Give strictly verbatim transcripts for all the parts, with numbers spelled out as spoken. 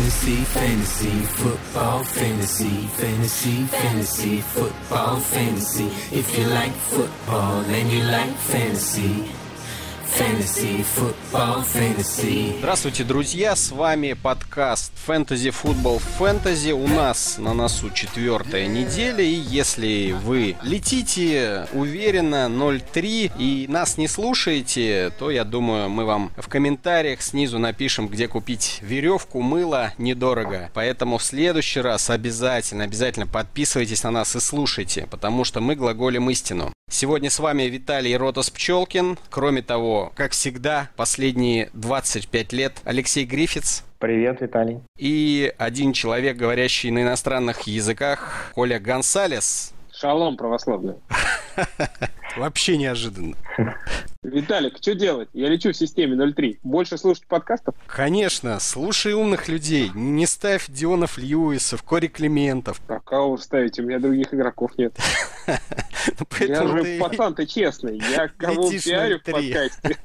Fantasy, fantasy, football, fantasy, fantasy, fantasy, football, fantasy. If you like football, then you like fantasy. Fantasy, football, fantasy. Здравствуйте, друзья, с вами подкаст Fantasy Football Fantasy. У нас на носу четвертая неделя, и если вы летите уверенно ноль три и нас не слушаете, то, я думаю, мы вам в комментариях снизу напишем, где купить веревку, мыло недорого. Поэтому в следующий раз обязательно, обязательно подписывайтесь на нас и слушайте, потому что мы глаголим истину. Сегодня с вами Виталий Ротас-Пчелкин. Кроме того, как всегда, последние двадцать пять лет Алексей Гриффитс. Привет, Виталий. И один человек, говорящий на иностранных языках, Коля Гонсалес. Шалом, православный. Вообще неожиданно. Виталик, что делать? Я лечу в системе ноль три. Больше слушать подкастов? Конечно, слушай умных людей. Не ставь Дионов Льюисов, Кори Климентов. Пока уж ставить, у меня других игроков нет. Я же пацан, ты честный. Я кого пиарю в подкасте.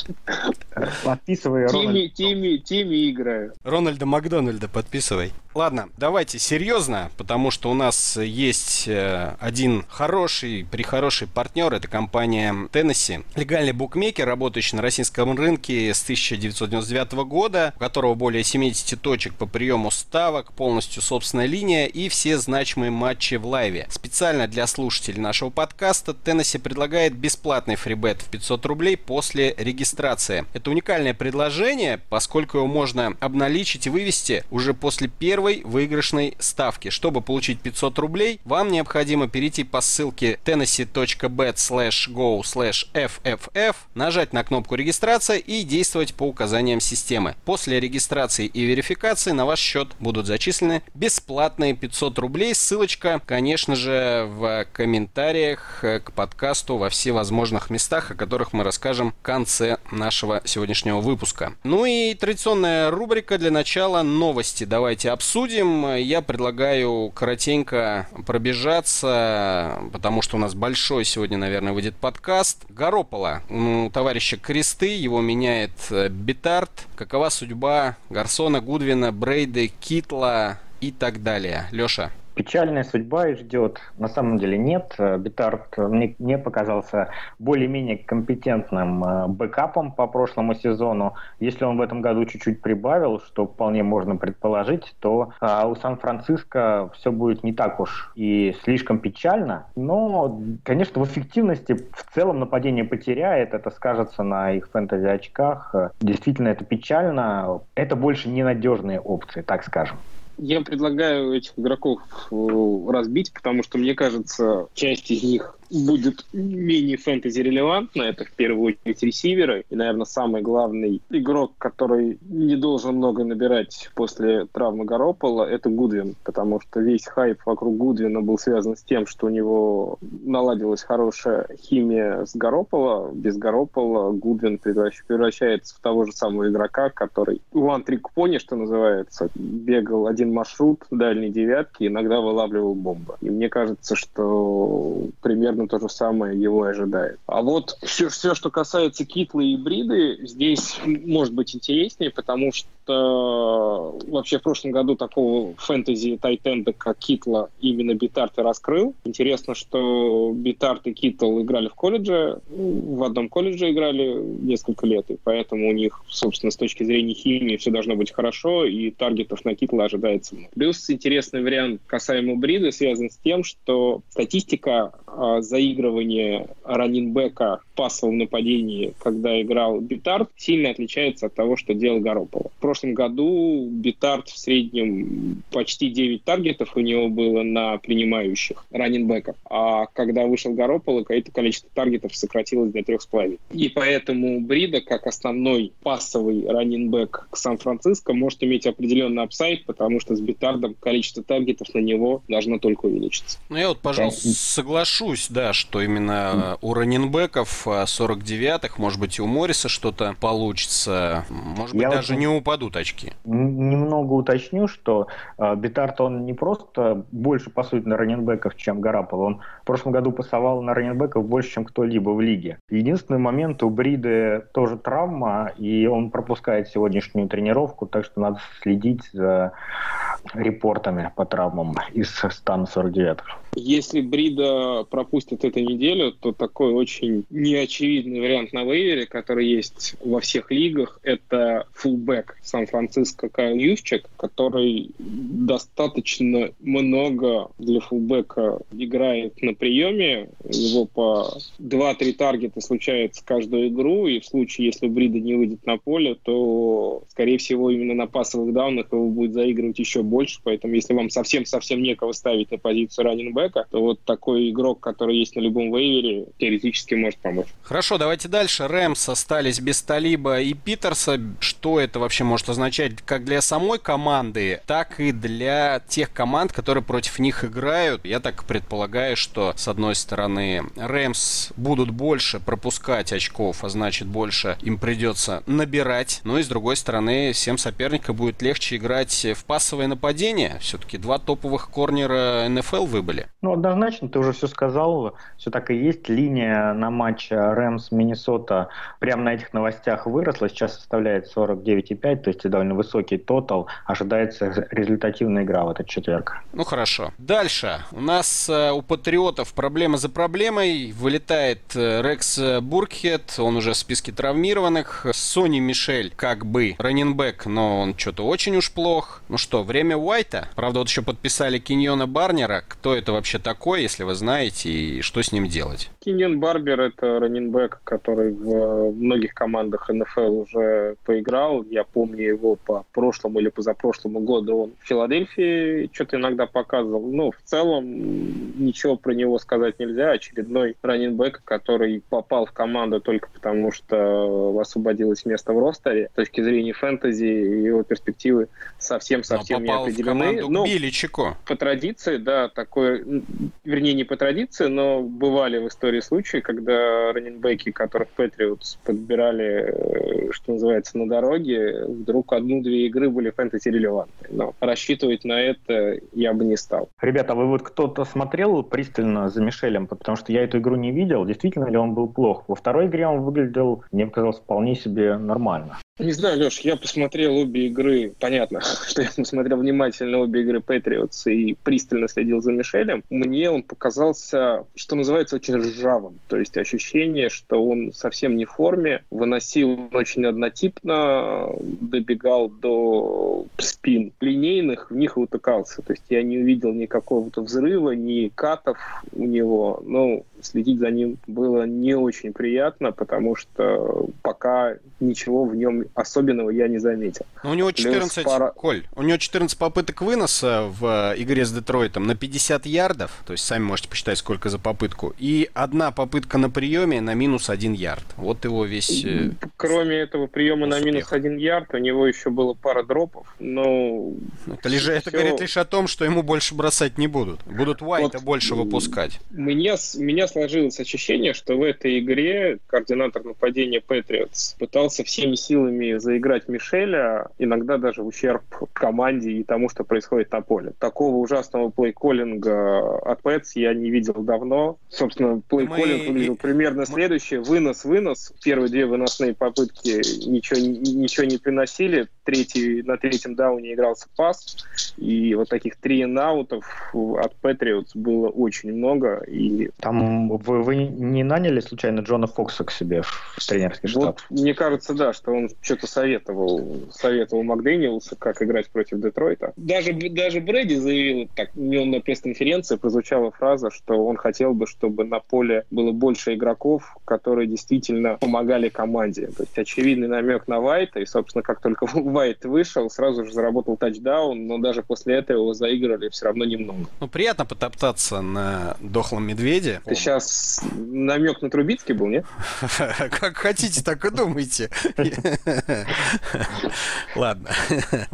Подписывай Рональда. Теми играю. Рональда Макдональда подписывай. Ладно, давайте серьезно, потому что у нас есть один хороший, прихороший партнер. Это компания Tennessee. Легальный букмекер, работающий на российском рынке с тысяча девятьсот девяносто девятого года, у которого более семьдесят точек по приему ставок, полностью собственная линия и все значимые матчи в лайве. Специально для слушателей нашего подкаста Tennessee предлагает бесплатный фрибет в пятьсот рублей после регистрации. Это уникальное предложение, поскольку его можно обналичить и вывести уже после первой выигрышной ставки. Чтобы получить пятьсот рублей, вам необходимо перейти по ссылке tennessee.bet slash go slash fff, нажать на кнопку регистрация и действовать по указаниям системы. После регистрации и верификации на ваш счет будут зачислены бесплатные пятьсот рублей. Ссылочка, конечно же, в комментариях к подкасту во всевозможных местах, о которых мы расскажем в конце нашего сегодняшнего выпуска. Ну и традиционная рубрика для начала — новости. Давайте обсудим. Я предлагаю коротенько пробежаться, потому что у нас большой сегодня, наверное, выйдет подкаст. Гарополо. У товарища кресты, его меняет Бетард. Какова судьба Гарсона, Гудвина, Брейды, Китла и так далее? Леша. Печальная судьба их ждет. На самом деле нет. Бетард мне, мне показался более-менее компетентным бэкапом по прошлому сезону. Если он в этом году чуть-чуть прибавил, что вполне можно предположить, то а, у Сан-Франциско все будет не так уж и слишком печально. Но, конечно, в эффективности в целом нападение потеряет. Это скажется на их фэнтези-очках. Действительно, это печально. Это больше ненадежные опции, так скажем. Я предлагаю этих игроков разбить, потому что, мне кажется, часть из них будет менее фэнтези-релевантна. Это в первую очередь ресиверы. И, наверное, самый главный игрок, который не должен много набирать после травмы Гарополо, это Гудвин. Потому что весь хайп вокруг Гудвина был связан с тем, что у него наладилась хорошая химия с Гарополо. Без Гарополо Гудвин превращается в того же самого игрока, который one-trick pony, что называется, бегал один маршрут дальней девятки, иногда вылавливал бомбы. И мне кажется, что примерно то же самое его ожидает. А вот все, все, что касается Китлы и Бриды, здесь может быть интереснее, потому что вообще в прошлом году такого фэнтези тайтенда, как Китла, именно Бетард и раскрыл. Интересно, что Бетард и Китл играли в колледже, в одном колледже играли несколько лет, и поэтому у них, собственно, с точки зрения химии все должно быть хорошо, и таргетов на Китла ожидается много. Плюс интересный вариант касаемо Бриды связан с тем, что статистика заигрывания раннинбека в пассовом нападении, когда играл Бетард, сильно отличается от того, что делал Гарополо. В прошлом году Бетард в среднем почти девять таргетов у него было на принимающих раннинбеков, а когда вышел Гарополо, это количество таргетов сократилось до трех с половиной. И поэтому Брида, как основной пассовый раннинбек к Сан-Франциско, может иметь определенный апсайд, потому что с Бетардом количество таргетов на него должно только увеличиться. Ну я вот, пожалуй, соглашусь, да, что именно у раннинбеков сорок девятых, может быть, и у Морриса что-то получится. Может быть, я даже вот не упадут очки. Немного немного уточню, что э, Битард, он не просто больше пасует на раннинбеков, чем Гарапполо. Он в прошлом году пасовал на раннинбеков больше, чем кто-либо в лиге. Единственный момент, у Бриды тоже травма, и он пропускает сегодняшнюю тренировку, так что надо следить за репортами по травмам из Стана сорок девять. Если Брида пропустит эту неделю, то такой очень неочевидный вариант на вейвере, который есть во всех лигах, это фулбэк Сан-Франциско Кайл Юшчик, который достаточно много для фулбэка играет на приеме. Его по два-три таргета случается каждую игру, и в случае, если Брида не выйдет на поле, то, скорее всего, именно на пассовых даунах его будет заигрывать еще больше. Поэтому, если вам совсем-совсем некого ставить на позицию раннинбека, то вот такой игрок, который есть на любом вейвере, теоретически может помочь. Хорошо, давайте дальше. Рэмс остались без Талиба и Питерса. Что это вообще может означать как для самой команды, так и для тех команд, которые против них играют? Я так предполагаю, что, с одной стороны, Рэмс будут больше пропускать очков, а значит, больше им придется набирать. Ну и, с другой стороны, всем соперникам будет легче играть в пассовое нападение. Все-таки два топовых корнера эн эф эл выбыли. Ну, однозначно, ты уже все сказал, все так и есть. Линия на матч Рэмс-Миннесота прямо на этих новостях выросла, сейчас составляет сорок девять и пять, то есть довольно высокий тотал. Ожидается результативная игра в этот четверг. Ну, хорошо. Дальше. У нас э, у Патриотов проблема за проблемой. Вылетает э, Рекс Буркхед, он уже в списке травмированных. Сони Мишель как бы раннинбэк, но он что-то очень уж плох. Ну что, время Уайта? Правда, вот еще подписали Киньона Барнера. Кто это вообще такой, если вы знаете, и что с ним делать? Киньон Барбер — это раннинбэк, который в многих командах эн эф эл уже поиграл. Я помню его по прошлому или позапрошлому году. Он в Филадельфии что-то иногда показывал. Но в целом ничего про него сказать нельзя. Очередной раннинбэк, который попал в команду только потому, что освободилось место в ростере. С точки зрения фэнтези его перспективы совсем-совсем не определены. Но Биличико. По традиции, да, такой, вернее, не по традиции, но бывали в истории случаи, когда раннинбеки, которых Патриотс подбирали, что называется, на дороге, вдруг одну-две игры были фэнтези-релевантны. Но рассчитывать на это я бы не стал. Ребята, а вы вот кто-то смотрел пристально за Мишелем? Потому что я эту игру не видел. Действительно ли он был плох? Во второй игре он выглядел, мне показалось, вполне себе нормально. Не знаю, Леш, я посмотрел обе игры. Понятно, что я посмотрел внимательно обе игры Патриотс и пристально следил за Мишелем. Мне он показался, что называется, очень ржавым. То есть ощущение, что он совсем не в форме, выносил очень однотипно, добегал до спин линейных, в них и утыкался. То есть я не увидел ни какого-то взрыва, ни катов у него. Ну, следить за ним было не очень приятно, потому что пока ничего в нем особенного я не заметил. Но у него четырнадцать, пара... Коль, у него четырнадцать попыток выноса в игре с Детройтом на пятьдесят ярдов, то есть сами можете посчитать, сколько за попытку, и одна попытка на приеме на минус один ярд. Вот его весь... Кроме этого приема успех. На минус один ярд, у него еще было пара дропов, но... Это, лишь, это все... говорит лишь о том, что ему больше бросать не будут. Будут Уайта вот больше выпускать. Мне, у меня сложилось ощущение, что в этой игре координатор нападения Патриотс пытался всеми силами заиграть Мишеля, иногда даже в ущерб команде и тому, что происходит на поле. Такого ужасного плей-коллинга от Пэтс я не видел давно. Собственно, плей-коллинг Мы... выглядел примерно следующее. Вынос-вынос. Первые две выносные попытки ничего, ничего не приносили. Третий, на третьем дауне игрался пас. И вот таких три-н-аутов от Патриотс было очень много. И... Там вы, вы не наняли случайно Джона Фокса к себе в тренерский штаб? Вот, мне кажется, да, что он что-то советовал, советовал Макдэниелсу, как играть против Детройта. Даже, даже Брэди заявил, так, у него на пресс-конференции прозвучала фраза, что он хотел бы, чтобы на поле было больше игроков, которые действительно помогали команде. То есть очевидный намек на Уайта, и, собственно, как только Уайт вышел, сразу же заработал тачдаун, но даже после этого его заиграли все равно немного. Ну, приятно потоптаться на дохлом медведе. Ты сейчас намек на Трубицкий был, нет? Как хотите, так и думайте. Ладно, вы все Где-то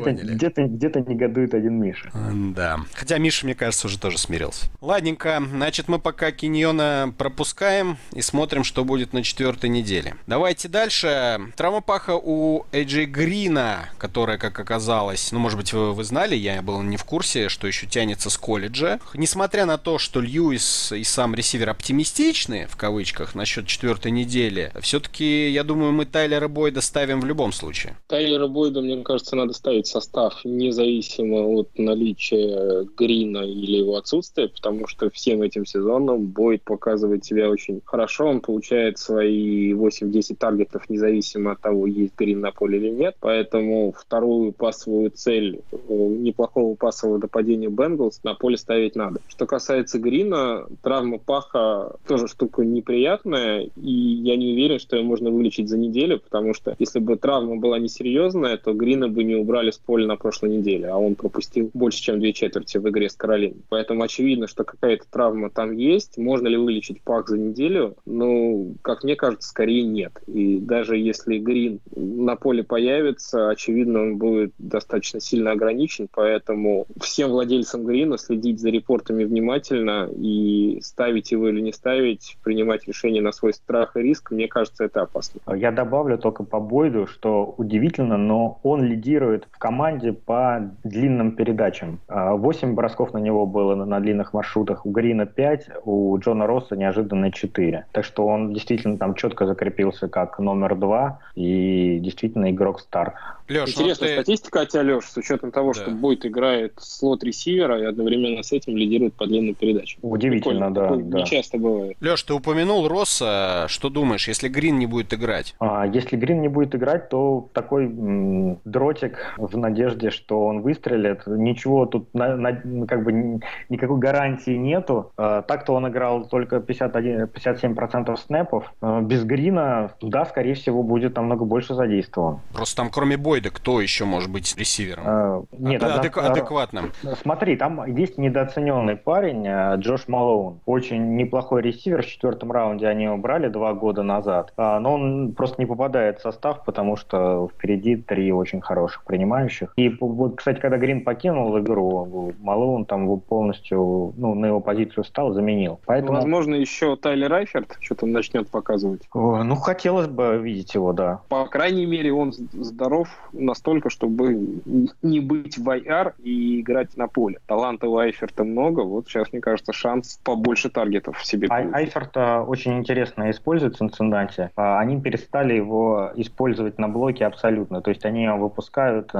где-то, где-то, где-то негодует один Миша. Да. Хотя Миша, мне кажется, уже тоже смирился. Ладненько. Значит, мы пока Киньона пропускаем и смотрим, что будет на четвертой неделе. Давайте дальше. Травма паха у Эй Джей Грина, которая, как оказалось, ну, может быть, вы, вы знали, я был не в курсе, что еще тянется с колледжа. Несмотря на то, что Льюис и сам ресивер оптимистичны, в кавычках, насчет четвертой недели, все-таки, я думаю, мы Тайлера Бойда ставим в любом случае. Тайлера Бойда, мне кажется, надо ставить в состав независимо от наличия Грина или его отсутствия, потому что всем этим сезоном Бойд показывает себя очень хорошо, он получает свои восемь-десять таргетов независимо от того, есть Грин на поле или нет, поэтому вторую пасовую цель неплохого пасового нападения Бенгалс на поле ставить надо. Что касается Грина, травма паха тоже штука неприятная, и я не уверен, что ее можно вылечить за неделю, потому что если бы травма была несерьезная, то Грина бы не убрали с поля на прошлой неделе, а он пропустил больше, чем две четверти в игре с Каролиной. Поэтому очевидно, что какая-то травма там есть. Можно ли вылечить пах за неделю? Ну, как мне кажется, скорее нет. И даже если Грин на поле появится, очевидно, он будет достаточно сильно ограничен, поэтому всем владельцам Грина следить за репортами внимательно и ставить его или не ставить, принимать решение на свой страх и риск, мне кажется, это опасно. Я добавлю только по Бойду, что удивительно, но он лидирует в команде по длинным передачам. восемь бросков на него было на длинных маршрутах, у Грина пять, у Джона Росса неожиданно четыре. Так что он действительно там четко закрепился как номер два и действительно игрок старт. Леш, интересная ну ты... статистика от тебя, Леш, с учетом того, да. что Бойд играет слот-ресивера и одновременно с этим лидирует по длинным передачам. Удивительно, Прикольно. да. Такое да. не часто бывает. Леш, ты упомянул Росса. Что думаешь, если Грин не будет играть? А, если Грин не будет играть, то такой м- дротик в надежде, что он выстрелит. Ничего тут на, на, как бы никакой гарантии нету. А, так-то он играл только пятьдесят один, пятьдесят семь процентов снэпов. А, без Грина, да, скорее всего, будет намного больше задействован. Просто там, кроме Бойда, кто еще может быть ресивером? А, нет, Ад- адек- адекватным. Смотри, там есть недооцененный парень, Джош Малоун. Очень неплохой ресивер. В четвертом раунде они его брали два года назад. А, но он просто не попадает в состав, потому что впереди три очень хороших принимающих. И, вот, кстати, когда Грин покинул игру, Малоун там полностью ну, на его позицию стал, заменил. Поэтому... Возможно, еще Тайлер Айферт что-то начнет показывать. О, ну, хотелось бы видеть его, да. По крайней мере, он здоров настолько, чтобы не быть в ай ар и играть на поле. Таланта у Айферта много, вот сейчас, мне кажется, шанс побольше таргетов в себе. Ай- Айферт очень интересно использует в Цинциннати. Они перестали его использовать на блоке абсолютно. То есть они его выпускают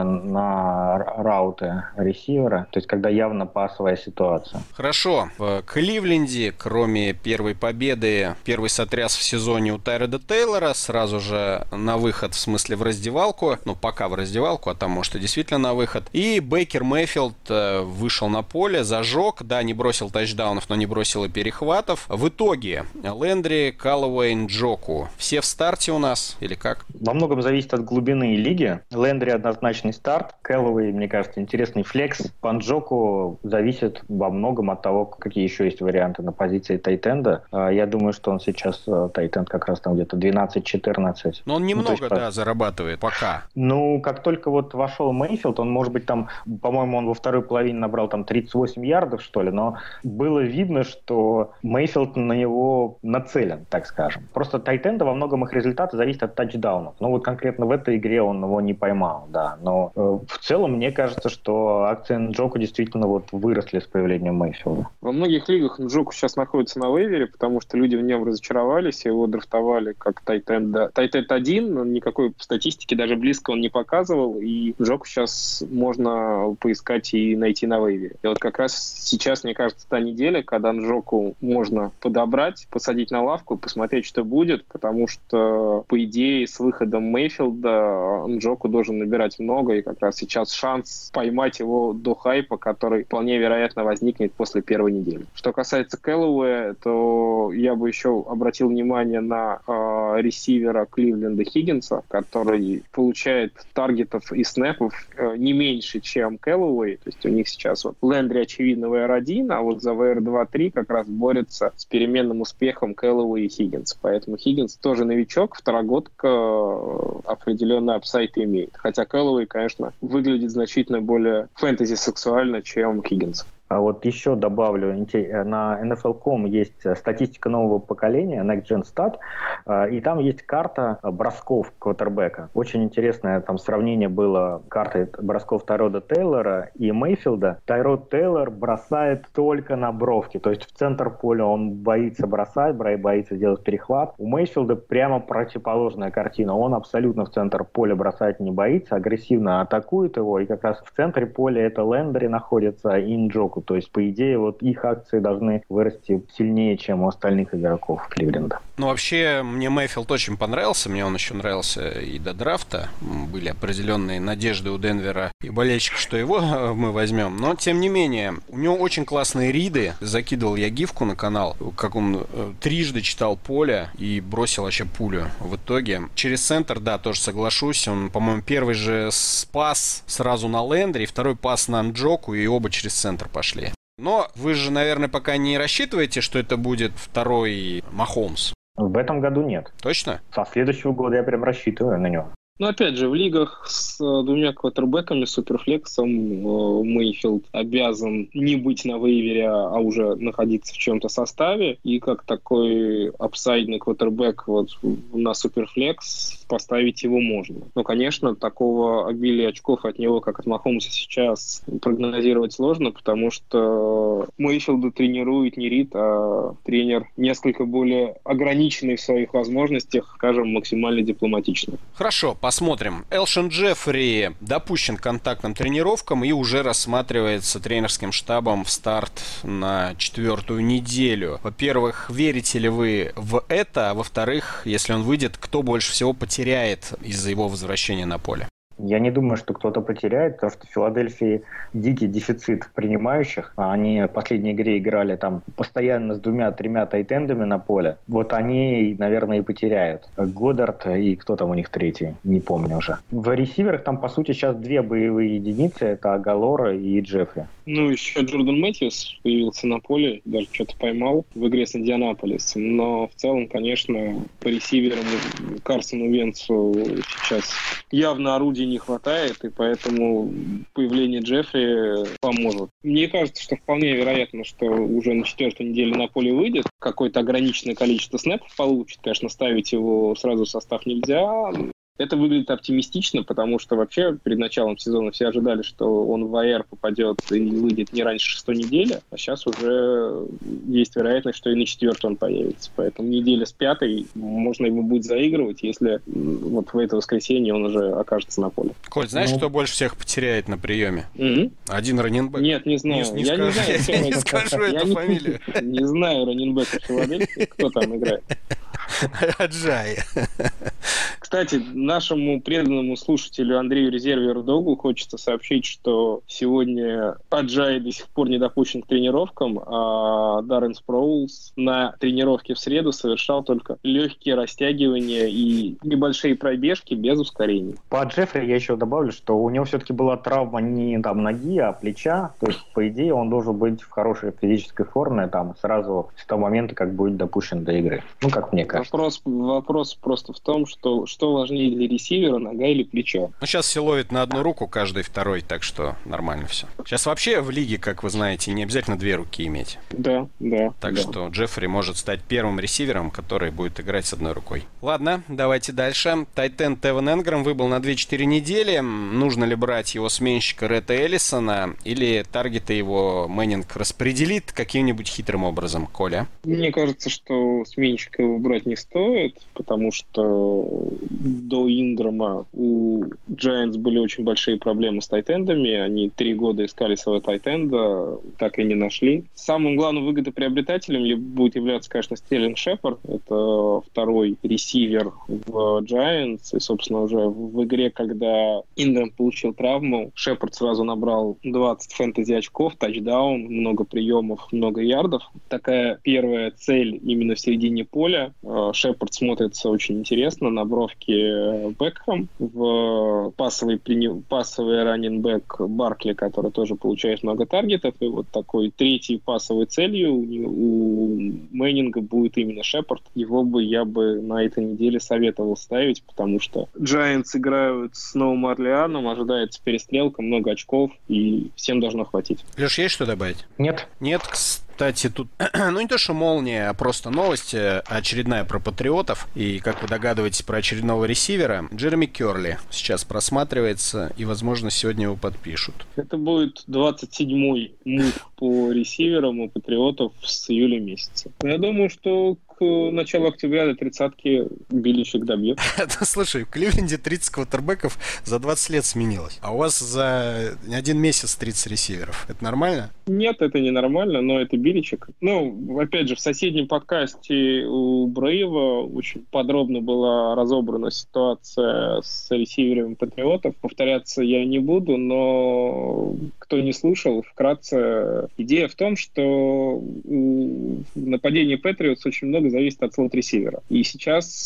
на рауты ресивера, то есть когда явно пасовая ситуация. Хорошо. В Кливленде, кроме первой победы, первый сотряс в сезоне у Тайрода Тейлора, сразу же на выход, в смысле в раздевалку, ну пока в раздевалку, а там может и действительно на выход. И Бейкер Мэйфилд вышел на поле, зажег, да, не бросил тачдаунов, но не бросил и перехватов. В итоге Лендри, Каллоуэй, Нджоку все в старте у нас или как? Во многом зависит от глубины лиги. Лендри однозначный старт, Каллоуэй, мне кажется, интересный флекс. По Нджоку зависит во многом от того, какие еще есть варианты на позиции тайтенда. Я думаю, что он сейчас тайтенд как раз там где-то двенадцать-четырнадцать. Но он немного, ну, да, зарабатывает пока. Ну, как только вот вошел Мэйфилд, он, может быть, там, по-моему, он во второй половине набрал там тридцать восемь ярдов, что ли, но было видно, что Мэйфилд на него нацелен, так скажем. Просто тайтенда во многом их результаты зависят от тачдаунов. Ну, вот конкретно в этой игре он его не поймал, да. Но э, в целом, мне кажется, что акции Нджоку действительно вот выросли с появлением Мэйфилда. Во многих лигах Нджоку сейчас находится на вейвере, потому что люди в нем разочаровались, его драфтовали как тайтенда. Тайтенд один, но никакой статистики даже близко он не показывал, и Нджоку сейчас можно поискать и найти на вейвере. И вот как раз сейчас, мне кажется, та неделя, когда Нджоку можно подобрать, посадить на лавку, посмотреть, что будет, потому что, по идее, с выходом Мэйфилда Нджоку должен набирать много, и как раз сейчас шанс поймать его до хайпа, который вполне вероятно возникнет после первой недели. Что касается Кэллоуэя, то я бы еще обратил внимание на э, ресивера Кливленда Хиггинса, который получает таргетов и снэпов э, не меньше, чем Кэллоуэй. То есть у них сейчас вот Лендри, очевидно, ви ар один, а вот за ви ар два-три как раз борется с переменным успехом Кэллоуэй и Хиггинс. Поэтому Хиггинс тоже новичок, второгодка, определенный апсайд имеет. Хотя Кэллоуэй, конечно, конечно, выглядит значительно более фэнтези-сексуально, чем Хиггинс. А вот еще добавлю, на эн эф эл точка ком есть статистика нового поколения, Next Gen Stat, и там есть карта бросков квотербека. Очень интересное там сравнение было карты бросков Тайрода Тейлора и Мейфилда. Тайрод Тейлор бросает только на бровки, то есть в центр поля он боится бросать, боится делать перехват. У Мейфилда прямо противоположная картина. Он абсолютно в центр поля бросать не боится, агрессивно атакует его, и как раз в центре поля это Лендри находится и Нджоку. То есть, по идее, вот их акции должны вырасти сильнее, чем у остальных игроков Кливленда. Ну, вообще, мне Мейфилд очень понравился. Мне он еще нравился и до драфта. Были определенные надежды у Денвера и болельщиков, что его мы возьмем. Но, тем не менее, у него очень классные риды. Закидывал я гифку на канал, как он трижды читал поле и бросил вообще пулю в итоге. Через центр, да, тоже соглашусь. Он, по-моему, первый же пас сразу на Лендри, второй пас на Нджоку, и оба через центр пошли. Но вы же, наверное, пока не рассчитываете, что это будет второй Махомс? В этом году нет. Точно? Со следующего года я прям рассчитываю на него. Но опять же, в лигах с двумя квотербеками, суперфлексом, Мейфилд обязан не быть на вейвере, а уже находиться в чем-то составе. И как такой апсайдный квотербек вот на суперфлекс поставить его можно. Но, конечно, такого обилия очков от него, как от Махомса сейчас, прогнозировать сложно, потому что Мейфилда тренирует не Рид, а тренер несколько более ограниченный в своих возможностях, скажем, максимально дипломатично. Хорошо. Посмотрим. Элшон Джеффри допущен к контактным тренировкам и уже рассматривается тренерским штабом в старт на четвертую неделю. Во-первых, верите ли вы в это? А во-вторых, если он выйдет, кто больше всего потеряет из-за его возвращения на поле? Я не думаю, что кто-то потеряет, потому что в Филадельфии дикий дефицит принимающих. Они в последней игре играли там постоянно с двумя-тремя тайтендами на поле. Вот они, наверное, и потеряют. Годдард и кто там у них третий, не помню уже. В ресиверах там, по сути, сейчас две боевые единицы. Это Агалора и Джеффри. Ну, еще Джордан Мэтьюс появился на поле, даже что-то поймал в игре с Индианаполисом. Но в целом, конечно, по ресиверам Карсону Венцу сейчас явно орудий не хватает, и поэтому появление Джеффри поможет. Мне кажется, что вполне вероятно, что уже на четвертой неделе на поле выйдет, какое-то ограниченное количество снэпов получит. Конечно, ставить его сразу в состав нельзя. Это выглядит оптимистично, потому что вообще перед началом сезона все ожидали, что он в АР попадет и выйдет не раньше шестой недели, а сейчас уже есть вероятность, что и на четвертой он появится. Поэтому неделя с пятой можно ему будет заигрывать, если вот в это воскресенье он уже окажется на поле. Коль, знаешь, ну... кто больше всех потеряет на приеме? Угу. Один раннинбэк. Нет, не знаю. Не, не я скажу, не знаю, я не скажу эту не, фамилию. Не знаю раннинбэка в Филадельфии, кто там играет. Аджай. Кстати, нашему преданному слушателю Андрею Резерверу-Догу хочется сообщить, что сегодня Аджай до сих пор не допущен к тренировкам, а Даррен Спроулс на тренировке в среду совершал только легкие растягивания и небольшие пробежки без ускорений. По Джеффри я еще добавлю, что у него все-таки была травма не там ноги, а плеча. То есть, по идее, он должен быть в хорошей физической форме там сразу с того момента, как будет допущен до игры. Ну, как мне кажется. Вопрос, вопрос просто в том, что, что важнее для ресивера, нога или плечо. Ну, сейчас все ловит на одну руку каждый второй, так что нормально все. Сейчас вообще в лиге, как вы знаете, не обязательно две руки иметь. Да, да. Так да. что Джеффри может стать первым ресивером, который будет играть с одной рукой. Ладно, давайте дальше. Тайтенд Тевен Энграм выбыл на две-четыре недели. Нужно ли брать его сменщика Ретта Эллисона или таргеты его Мэннинг распределит каким-нибудь хитрым образом, Коля? Мне кажется, что сменщика его брать не стоит, потому что до Инграма у Giants были очень большие проблемы с тайтендами. Они три года искали своего тайтенда, так и не нашли. Самым главным выгодоприобретателем будет являться, конечно, Стерлинг Шепард. Это второй ресивер в Giants. И, собственно, уже в игре, когда Инграм получил травму, Шепард сразу набрал двадцать фэнтези очков, тачдаун, много приемов, много ярдов. Такая первая цель именно в середине поля. Шепард смотрится очень интересно, набрав тренировке Бекхэм, в пассовый, пассовый раннинбэк Баркли, который тоже получает много таргетов, и вот такой третьей пассовой целью у Мэннинга будет именно Шепард. Его бы я бы на этой неделе советовал ставить, потому что Giants играют с Новым Орлеаном, ожидается перестрелка, много очков, и всем должно хватить. Леш, есть что добавить? Нет. Нет, кстати, тут, ну не то, что молния, а просто новость очередная про Патриотов. И, как вы догадываетесь, про очередного ресивера. Джереми Керли сейчас просматривается, и, возможно, сегодня его подпишут. Это будет двадцать седьмой мув по ресиверам у Патриотов с июля месяца. Я думаю, что к началу октября до тридцатки Беличек добьет. Слушай, в Кливленде тридцать квотербеков за двадцать лет сменилось. А у вас за один месяц тридцать ресиверов. Это нормально? Нет, это не нормально, но это Беличек. Ну, опять же, в соседнем подкасте у Брейва очень подробно была разобрана ситуация с ресиверами Патриотов. Повторяться я не буду, но кто не слушал, вкратце идея в том, что в нападении Патриотс очень много зависит от слот-ресивера. И сейчас,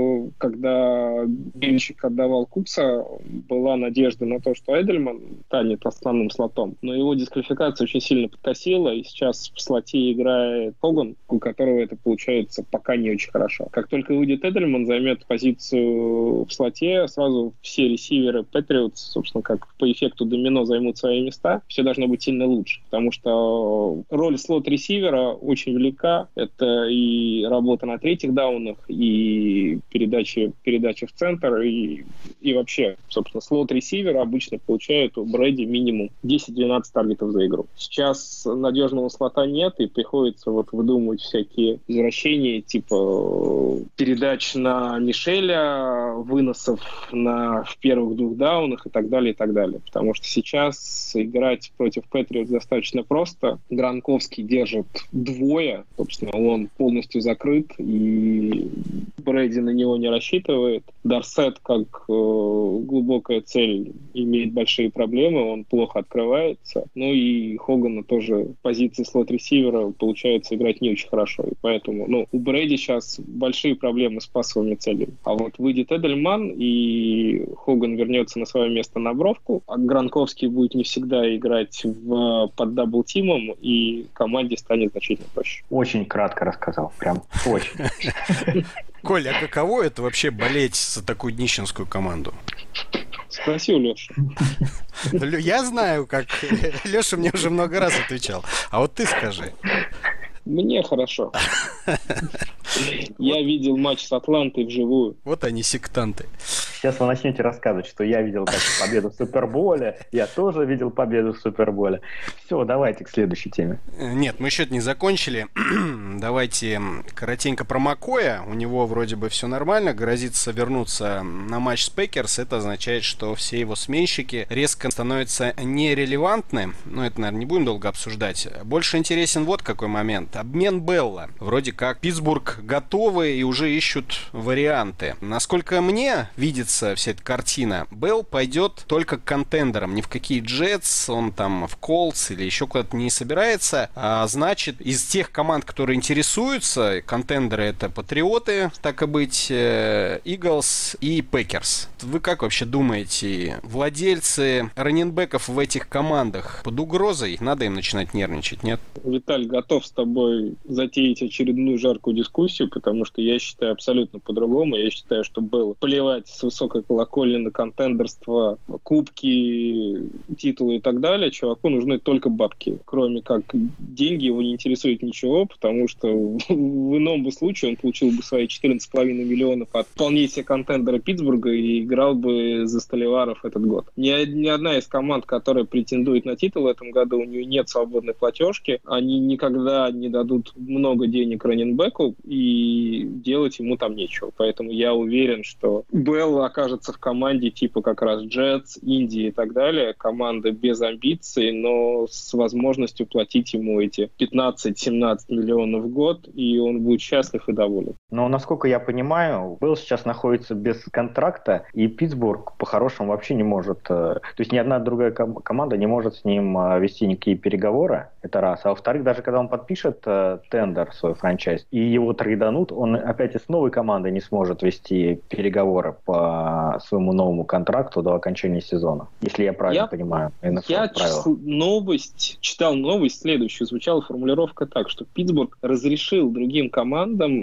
когда Беличек отдавал Кукса, была надежда на то, что Эдельман станет основным слотом, но его дисквалификация очень сильно подкосила, и сейчас в слоте играет Хоган, у которого это получается пока не очень хорошо. Как только выйдет Эдельман, займет позицию в слоте, сразу все ресиверы Патриотс, собственно, как по эффекту домино займут свои места, все должно быть сильно лучше, потому что роль слот-ресивера очень велика. Это и работа на третьих даунах, и передачи, передачи в центр, и, и вообще, собственно, слот-ресивер обычно получает у Брэди минимум десять-двенадцать таргетов за игру. Сейчас надежного слота нет, и приходится вот выдумывать всякие извращения, типа передач на Мишеля, выносов на, в первых двух даунах и так далее, и так далее. Потому что сейчас играть против Патриотс достаточно просто. Гранковский держит двое, собственно, он полностью закрыт, и Брэди на него не рассчитывает. Дарсет, как э, глубокая цель, имеет большие проблемы, он плохо открывается. Ну и Хогана тоже в позиции слот-ресивера получается играть не очень хорошо. И поэтому, ну, у Брэди сейчас большие проблемы с пассовыми целями. А вот выйдет Эдельман, и Хоган вернется на свое место на бровку, а Гранковский будет не всегда играть в, под дабл-тимом, и команде станет значительно проще. Очень кратко рассказал, прям очень. Коля, а каково это вообще болеть за такую нищенскую команду? Спроси у Леши. Я знаю, как Леша мне уже много раз отвечал. А вот ты скажи. Мне хорошо. Я видел матч с Атлантой вживую. Вот они, сектанты. Сейчас вы начнете рассказывать, что я видел как победу в Суперболе, я тоже видел победу в Суперболе. Все, давайте к следующей теме. Нет, мы еще не закончили. Давайте коротенько про Маккоя. У него вроде бы все нормально, грозится вернуться на матч с Пекерс. Это означает, что все его сменщики резко становятся нерелевантны. Ну, это, наверное, не будем долго обсуждать. Больше интересен вот какой момент. Обмен Белла. Вроде как Питтсбург готовы и уже ищут варианты. Насколько мне видится вся эта картина, Белл пойдет только к контендерам, ни в какие Джетс, он там в Колтс или еще куда-то не собирается. А значит, из тех команд, которые интересуются, контендеры — это Патриоты, так и быть, Иглс и Пекерс. Вы как вообще думаете, владельцы раннинбеков в этих командах под угрозой? Надо им начинать нервничать, нет? Виталь, готов с тобой затеять очередную жаркую дискуссию, потому что я считаю абсолютно по-другому. Я считаю, что Белл плевать с высокой колокольни на контендерство, кубки, титулы и так далее. Чуваку нужны только бабки. Кроме как деньги его не интересует ничего, потому что в ином бы случае он получил бы свои четырнадцать с половиной миллионов от вполне себе контендера Питтсбурга и играл бы за Столиваров этот год. Ни, ни одна из команд, которая претендует на титул в этом году, у нее нет свободной платежки. Они никогда не дадут много денег раннинбеку, и делать ему там нечего. Поэтому я уверен, что Белл окажется в команде типа как раз Джетс, Индии и так далее, команда без амбиций, но с возможностью платить ему эти пятнадцать-семнадцать миллионов в год, и он будет счастлив и доволен. Но, насколько я понимаю, Белл сейчас находится без контракта, и Питтсбург по-хорошему вообще не может, то есть ни одна другая ком- команда не может с ним вести никакие переговоры, это раз. А во-вторых, даже когда он подпишет тендер, свой франчайз, и его трейданут, он опять и с новой командой не сможет вести переговоры по своему новому контракту до окончания сезона, если я правильно я, понимаю. Я ч- новость, читал новость следующую, звучала формулировка так, что Питтсбург разрешил другим командам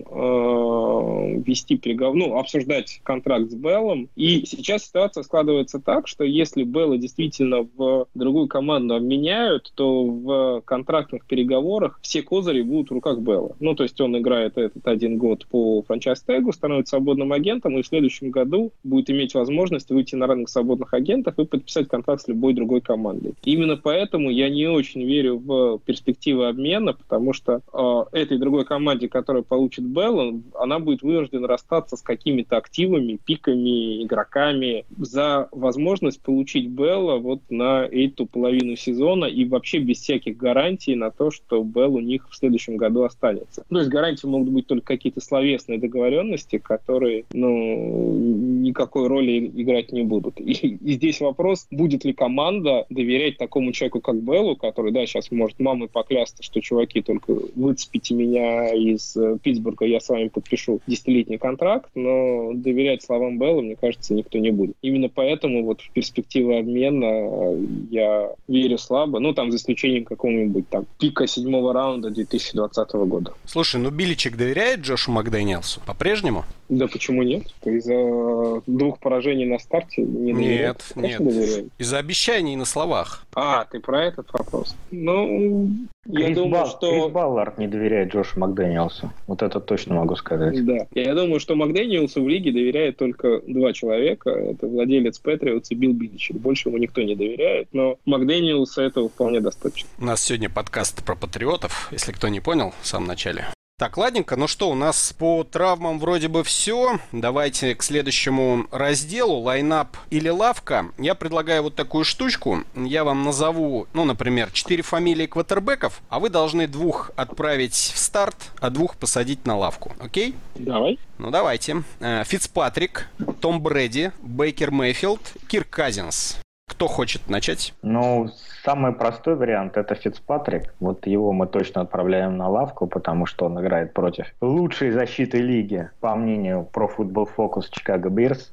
э, вести переговоры, ну, обсуждать контракт с Беллом, и сейчас ситуация складывается так, что если Белла действительно в другую команду обменяют, то в контрактных переговорах все козыри будут в руках Белла. Ну, то есть он играет этот один год по франчайз-тегу, становится свободным агентом, и в следующем году будет иметь возможность выйти на рынок свободных агентов и подписать контракт с любой другой командой. Именно поэтому я не очень верю в перспективы обмена, потому что э, этой другой команде, которая получит Белла, она будет вынуждена расстаться с какими-то активами, пиками, игроками за возможность получить Белла вот на эту половину сезона и вообще без всяких гарантий на то, что Белл у них в следующем году останется. То есть гарантии могут быть только какие-то словесные договоренности, которые, ну, никакой роли играть не будут. И, и здесь вопрос, будет ли команда доверять такому человеку, как Беллу, который, да, сейчас может мамой поклясться, что, чуваки, только выцепите меня из Питтсбурга, я с вами подпишу десятилетний контракт, но доверять словам Белла, мне кажется, никто не будет. Именно поэтому вот в перспективы обмена я верю слабо, ну, там, за исключением какого-нибудь там пика седьмого раунда две тысячи двадцатого года. Слушай, ну Биличек доверяет Джошу Макдэниелсу по-прежнему? Да почему нет? Из-за двух поражений на старте не доверяет. Нет, нет. Доверяет. Из-за обещаний на словах. А, ты про этот вопрос? Ну, я Крис думаю, Балл, что... Крис Баллард не доверяет Джошу Макдэниелсу. Вот это точно могу сказать. Да. Я думаю, что Макдэниелсу в лиге доверяет только два человека. Это владелец Патриотс и Билл Биличек. Больше ему никто не доверяет, но Макдэниелса этого вполне достаточно. У нас сегодня подкаст про патриотов, если кто не понял в самом начале. Так, ладненько, ну что, у нас по травмам вроде бы все. Давайте к следующему разделу, лайнап или лавка. Я предлагаю вот такую штучку. Я вам назову, ну, например, четыре фамилии квотербеков, а вы должны двух отправить в старт, а двух посадить на лавку. Окей? Давай. Ну, давайте. Фицпатрик, Том Брэди, Бейкер Мейфилд, Кирк Казинс. Кто хочет начать? Ну, самый простой вариант — это Фицпатрик. Вот его мы точно отправляем на лавку, потому что он играет против лучшей защиты лиги, по мнению Pro Football Focus Chicago Bears.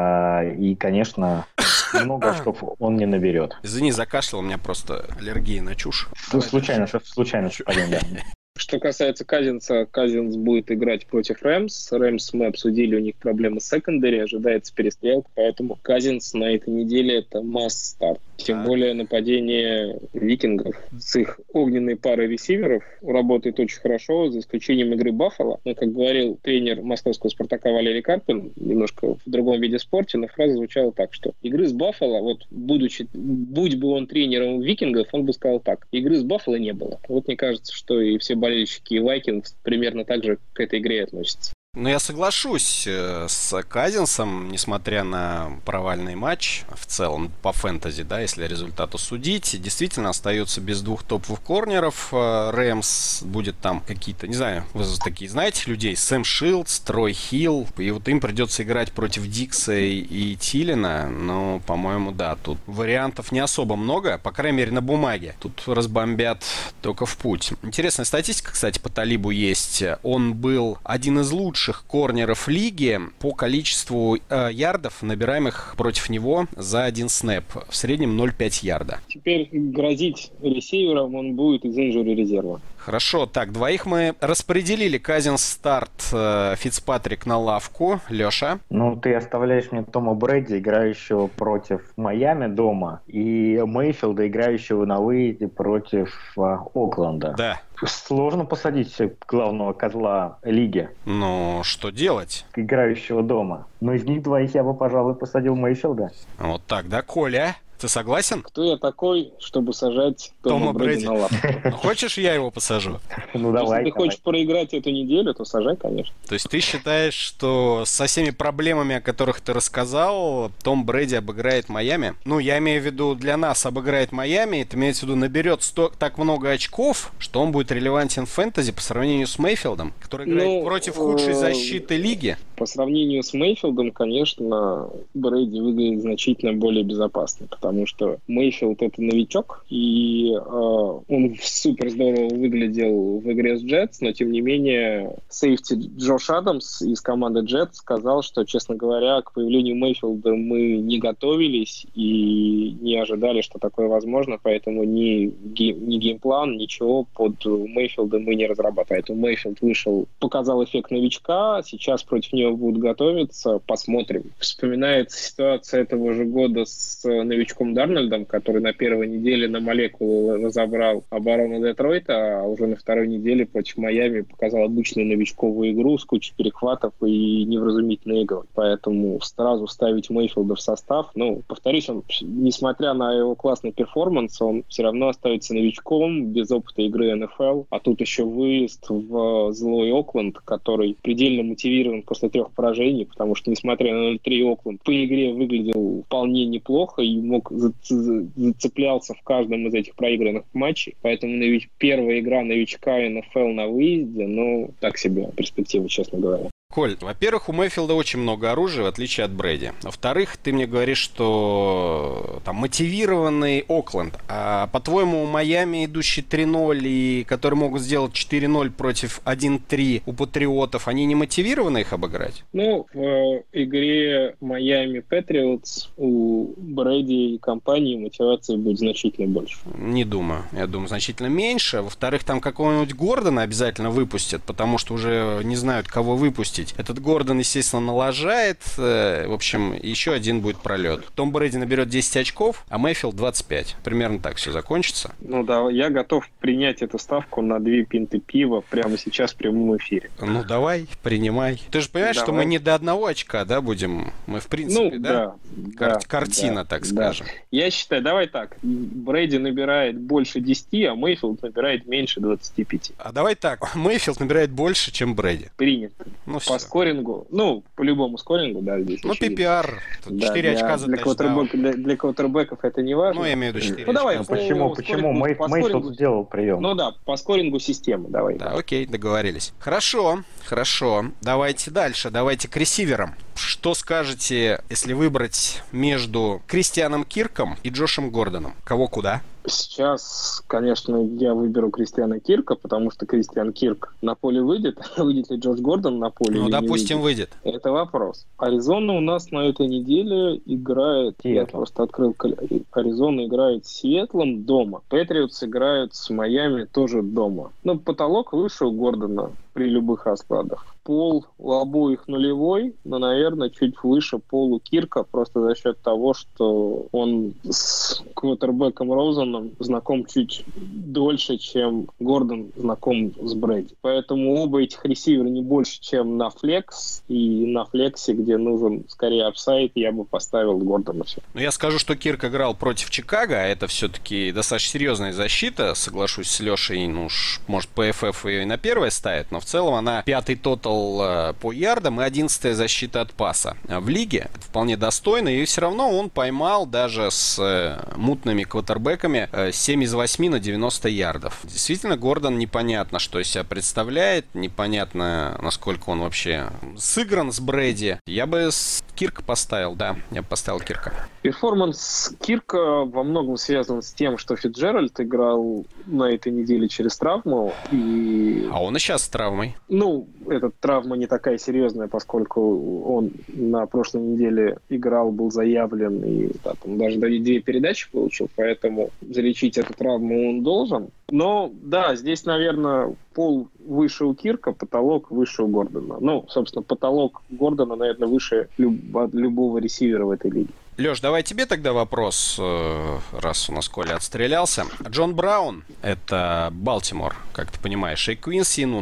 И, конечно, много очков он не наберет. Извини, закашлял, у меня просто аллергия на чушь. Ну, случайно, случайно совпадение, да. Что касается Казинса, Казинс будет играть против Рэмс. Рэмс мы обсудили, у них проблемы с секондари, ожидается перестрелка, поэтому Казинс на этой неделе это must-start. Тем более нападение Викингов с их огненной парой ресиверов работает очень хорошо, за исключением игры Баффало. Но, как говорил тренер московского «Спартака» Валерий Карпин, немножко в другом виде спорта, но фраза звучала так, что игры с Баффало, вот будучи, будь бы он тренером Викингов, он бы сказал так: игры с Баффало не было. Вот мне кажется, что и все болельщики Вайкингс примерно так же к этой игре относятся. Ну, я соглашусь с Казинсом, несмотря на провальный матч в целом по фэнтези, да, если результату судить. Действительно остается без двух топовых корнеров. Рэмс будет там какие-то, не знаю, вы такие знаете людей, Сэм Шилдс, Трой Хилл, и вот им придется играть против Дикса и Тилина. Но, по-моему, да, тут вариантов не особо много, по крайней мере, на бумаге. Тут разбомбят только в путь. Интересная статистика, кстати, по Талибу есть. Он был один из лучших корнеров лиги по количеству э, ярдов, набираемых против него за один снэп. В среднем ноль целых пять десятых ярда. Теперь грозить ресивером он будет из инжури резерва. Хорошо, так, двоих мы распределили. Казинс старт, э, Фицпатрик на лавку. Леша? Ну, ты оставляешь мне Тома Брэди, играющего против Майами дома, и Мейфилда, играющего на выезде против э, Окленда. Да. Сложно посадить главного козла лиги. Ну, что делать? Играющего дома. Но из них двоих я бы, пожалуй, посадил Мейфилда. Вот так, да, Коля? Ты согласен? Кто я такой, чтобы сажать Тома, Тома Брэди, Брэди на лапу? Хочешь, я его посажу? Ну, давай. Если ты хочешь проиграть эту неделю, то сажай, конечно. То есть ты считаешь, что со всеми проблемами, о которых ты рассказал, Том Брэди обыграет Майами? Ну, я имею в виду, для нас обыграет Майами, это имеется в виду, наберет сто, так много очков, что он будет релевантен в фэнтези по сравнению с Мейфилдом, который играет ну, против худшей защиты лиги. По сравнению с Мейфилдом, конечно, Брэди выглядит значительно более безопасно, потому что Мейфилд — это новичок, и э, он супер здорово выглядел в игре с Джетс, но, тем не менее, сейфти Джош Адамс из команды Джетс сказал, что, честно говоря, к появлению Мейфилда мы не готовились и не ожидали, что такое возможно, поэтому ни, гейм, ни геймплан, ничего под Мейфилда мы не разрабатывали. Поэтому Мейфилд вышел, показал эффект новичка, сейчас против него будут готовиться, посмотрим. Вспоминается ситуация этого же года с новичком Дарнольдом, который на первой неделе на молекулу разобрал оборону Детройта, а уже на второй неделе против Майами показал обычную новичковую игру с кучей перехватов и невразумительной игры. Поэтому сразу ставить Мейфилда в состав, ну, повторюсь, он, несмотря на его классный перформанс, он все равно остается новичком, без опыта игры эн эф эл, а тут еще выезд в злой Окленд, который предельно мотивирован после трех поражений, потому что, несмотря на ноль три, Окленд по игре выглядел вполне неплохо и мог зацеплялся в каждом из этих проигранных матчей. Поэтому нович... первая игра новичка эн эф эл на выезде, ну, так себе перспектива, честно говоря. Коль, во-первых, у Мейфилда очень много оружия, в отличие от Брэди. Во-вторых, ты мне говоришь, что там мотивированный Окленд. А по-твоему, у Майами идущий три ноль, и которые могут сделать четыре ноль против один три у Патриотов, они не мотивированы их обыграть? Ну, в игре Майами Патриотс у Брэди и компании мотивации будет значительно больше. Не думаю. Я думаю, значительно меньше. Во-вторых, там какого-нибудь Гордона обязательно выпустят, потому что уже не знают, кого выпустить. Этот Гордон, естественно, налажает. В общем, еще один будет пролет. Том Брэди наберет десять очков, а Мейфилд двадцать пять. Примерно так все закончится. Ну да, я готов принять эту ставку на две пинты пива прямо сейчас в прямом эфире. Ну давай, принимай. Ты же понимаешь, давай. Что мы не до одного очка, да, будем? Мы в принципе, ну, да? да, Кар- да картина, да, так да. скажем. Я считаю, давай так. Брэди набирает больше десяти, а Мейфилд набирает меньше двадцати пяти. А давай так. Мейфилд набирает больше, чем Брэди. Принято. Ну, по скорингу, ну, по любому скорингу, да, здесь. Ну, пи пи ар, четыре да, очка за для тачдаун. Для, для квотербеков это не важно. Ну, я имею в виду четыре ну, давай, а по, почему, по почему Мейфилд сделал прием? Ну да, по скорингу системы, давай. Да, окей, договорились. Хорошо, хорошо. Давайте дальше, давайте к ресиверам. Что скажете, если выбрать между Кристианом Кирком и Джошем Гордоном? Кого куда? Сейчас, конечно, я выберу Кристиана Кирка, потому что Кристиан Кирк на поле выйдет. Выйдет ли Джош Гордон на поле? Ну, допустим, выйдет. выйдет. Это вопрос. Аризона у нас на этой неделе играет... Сиэтл. Я просто открыл... Аризона играет с Сиэтлом дома. Патриотс играют с Майами тоже дома. Ну, потолок выше у Гордона при любых раскладах. Пол у обоих нулевой, но, наверное, чуть выше полу Кирка, просто за счет того, что он с квотербеком Розаном знаком чуть дольше, чем Гордон знаком с Брэди. Поэтому оба этих ресивера не больше, чем на флекс, и на флексе, где нужен скорее апсайд, я бы поставил Гордона. Ну, я скажу, что Кирк играл против Чикаго, а это все-таки достаточно серьезная защита, соглашусь с Лешей, ну, может, пэ эф эф ее и на первое ставит, но в целом она пятый тотал по ярдам и одиннадцатая защита от паса в лиге. Это вполне достойно, и все равно он поймал даже с мутными квотербеками семь из восьми на девяносто ярдов. Действительно, Гордон непонятно, что из себя представляет, непонятно, насколько он вообще сыгран с Брэди. Я бы с Кирка поставил, да, я бы поставил Кирка. Перформанс Кирка во многом связан с тем, что Фитджеральд играл на этой неделе через травму. И... А он и сейчас с травмой. Ну, эта травма не такая серьезная, поскольку он на прошлой неделе играл, был заявлен, и да, там даже две передачи получил, поэтому залечить эту травму он должен. Но, да, здесь, наверное, пол выше у Кирка, потолок выше у Гордона. Ну, собственно, потолок Гордона, наверное, выше люб- любого ресивера в этой лиге. Леш, давай тебе тогда вопрос, раз у нас Коля отстрелялся. Джон Браун — это Балтимор, как ты понимаешь, и Квинси Инунва.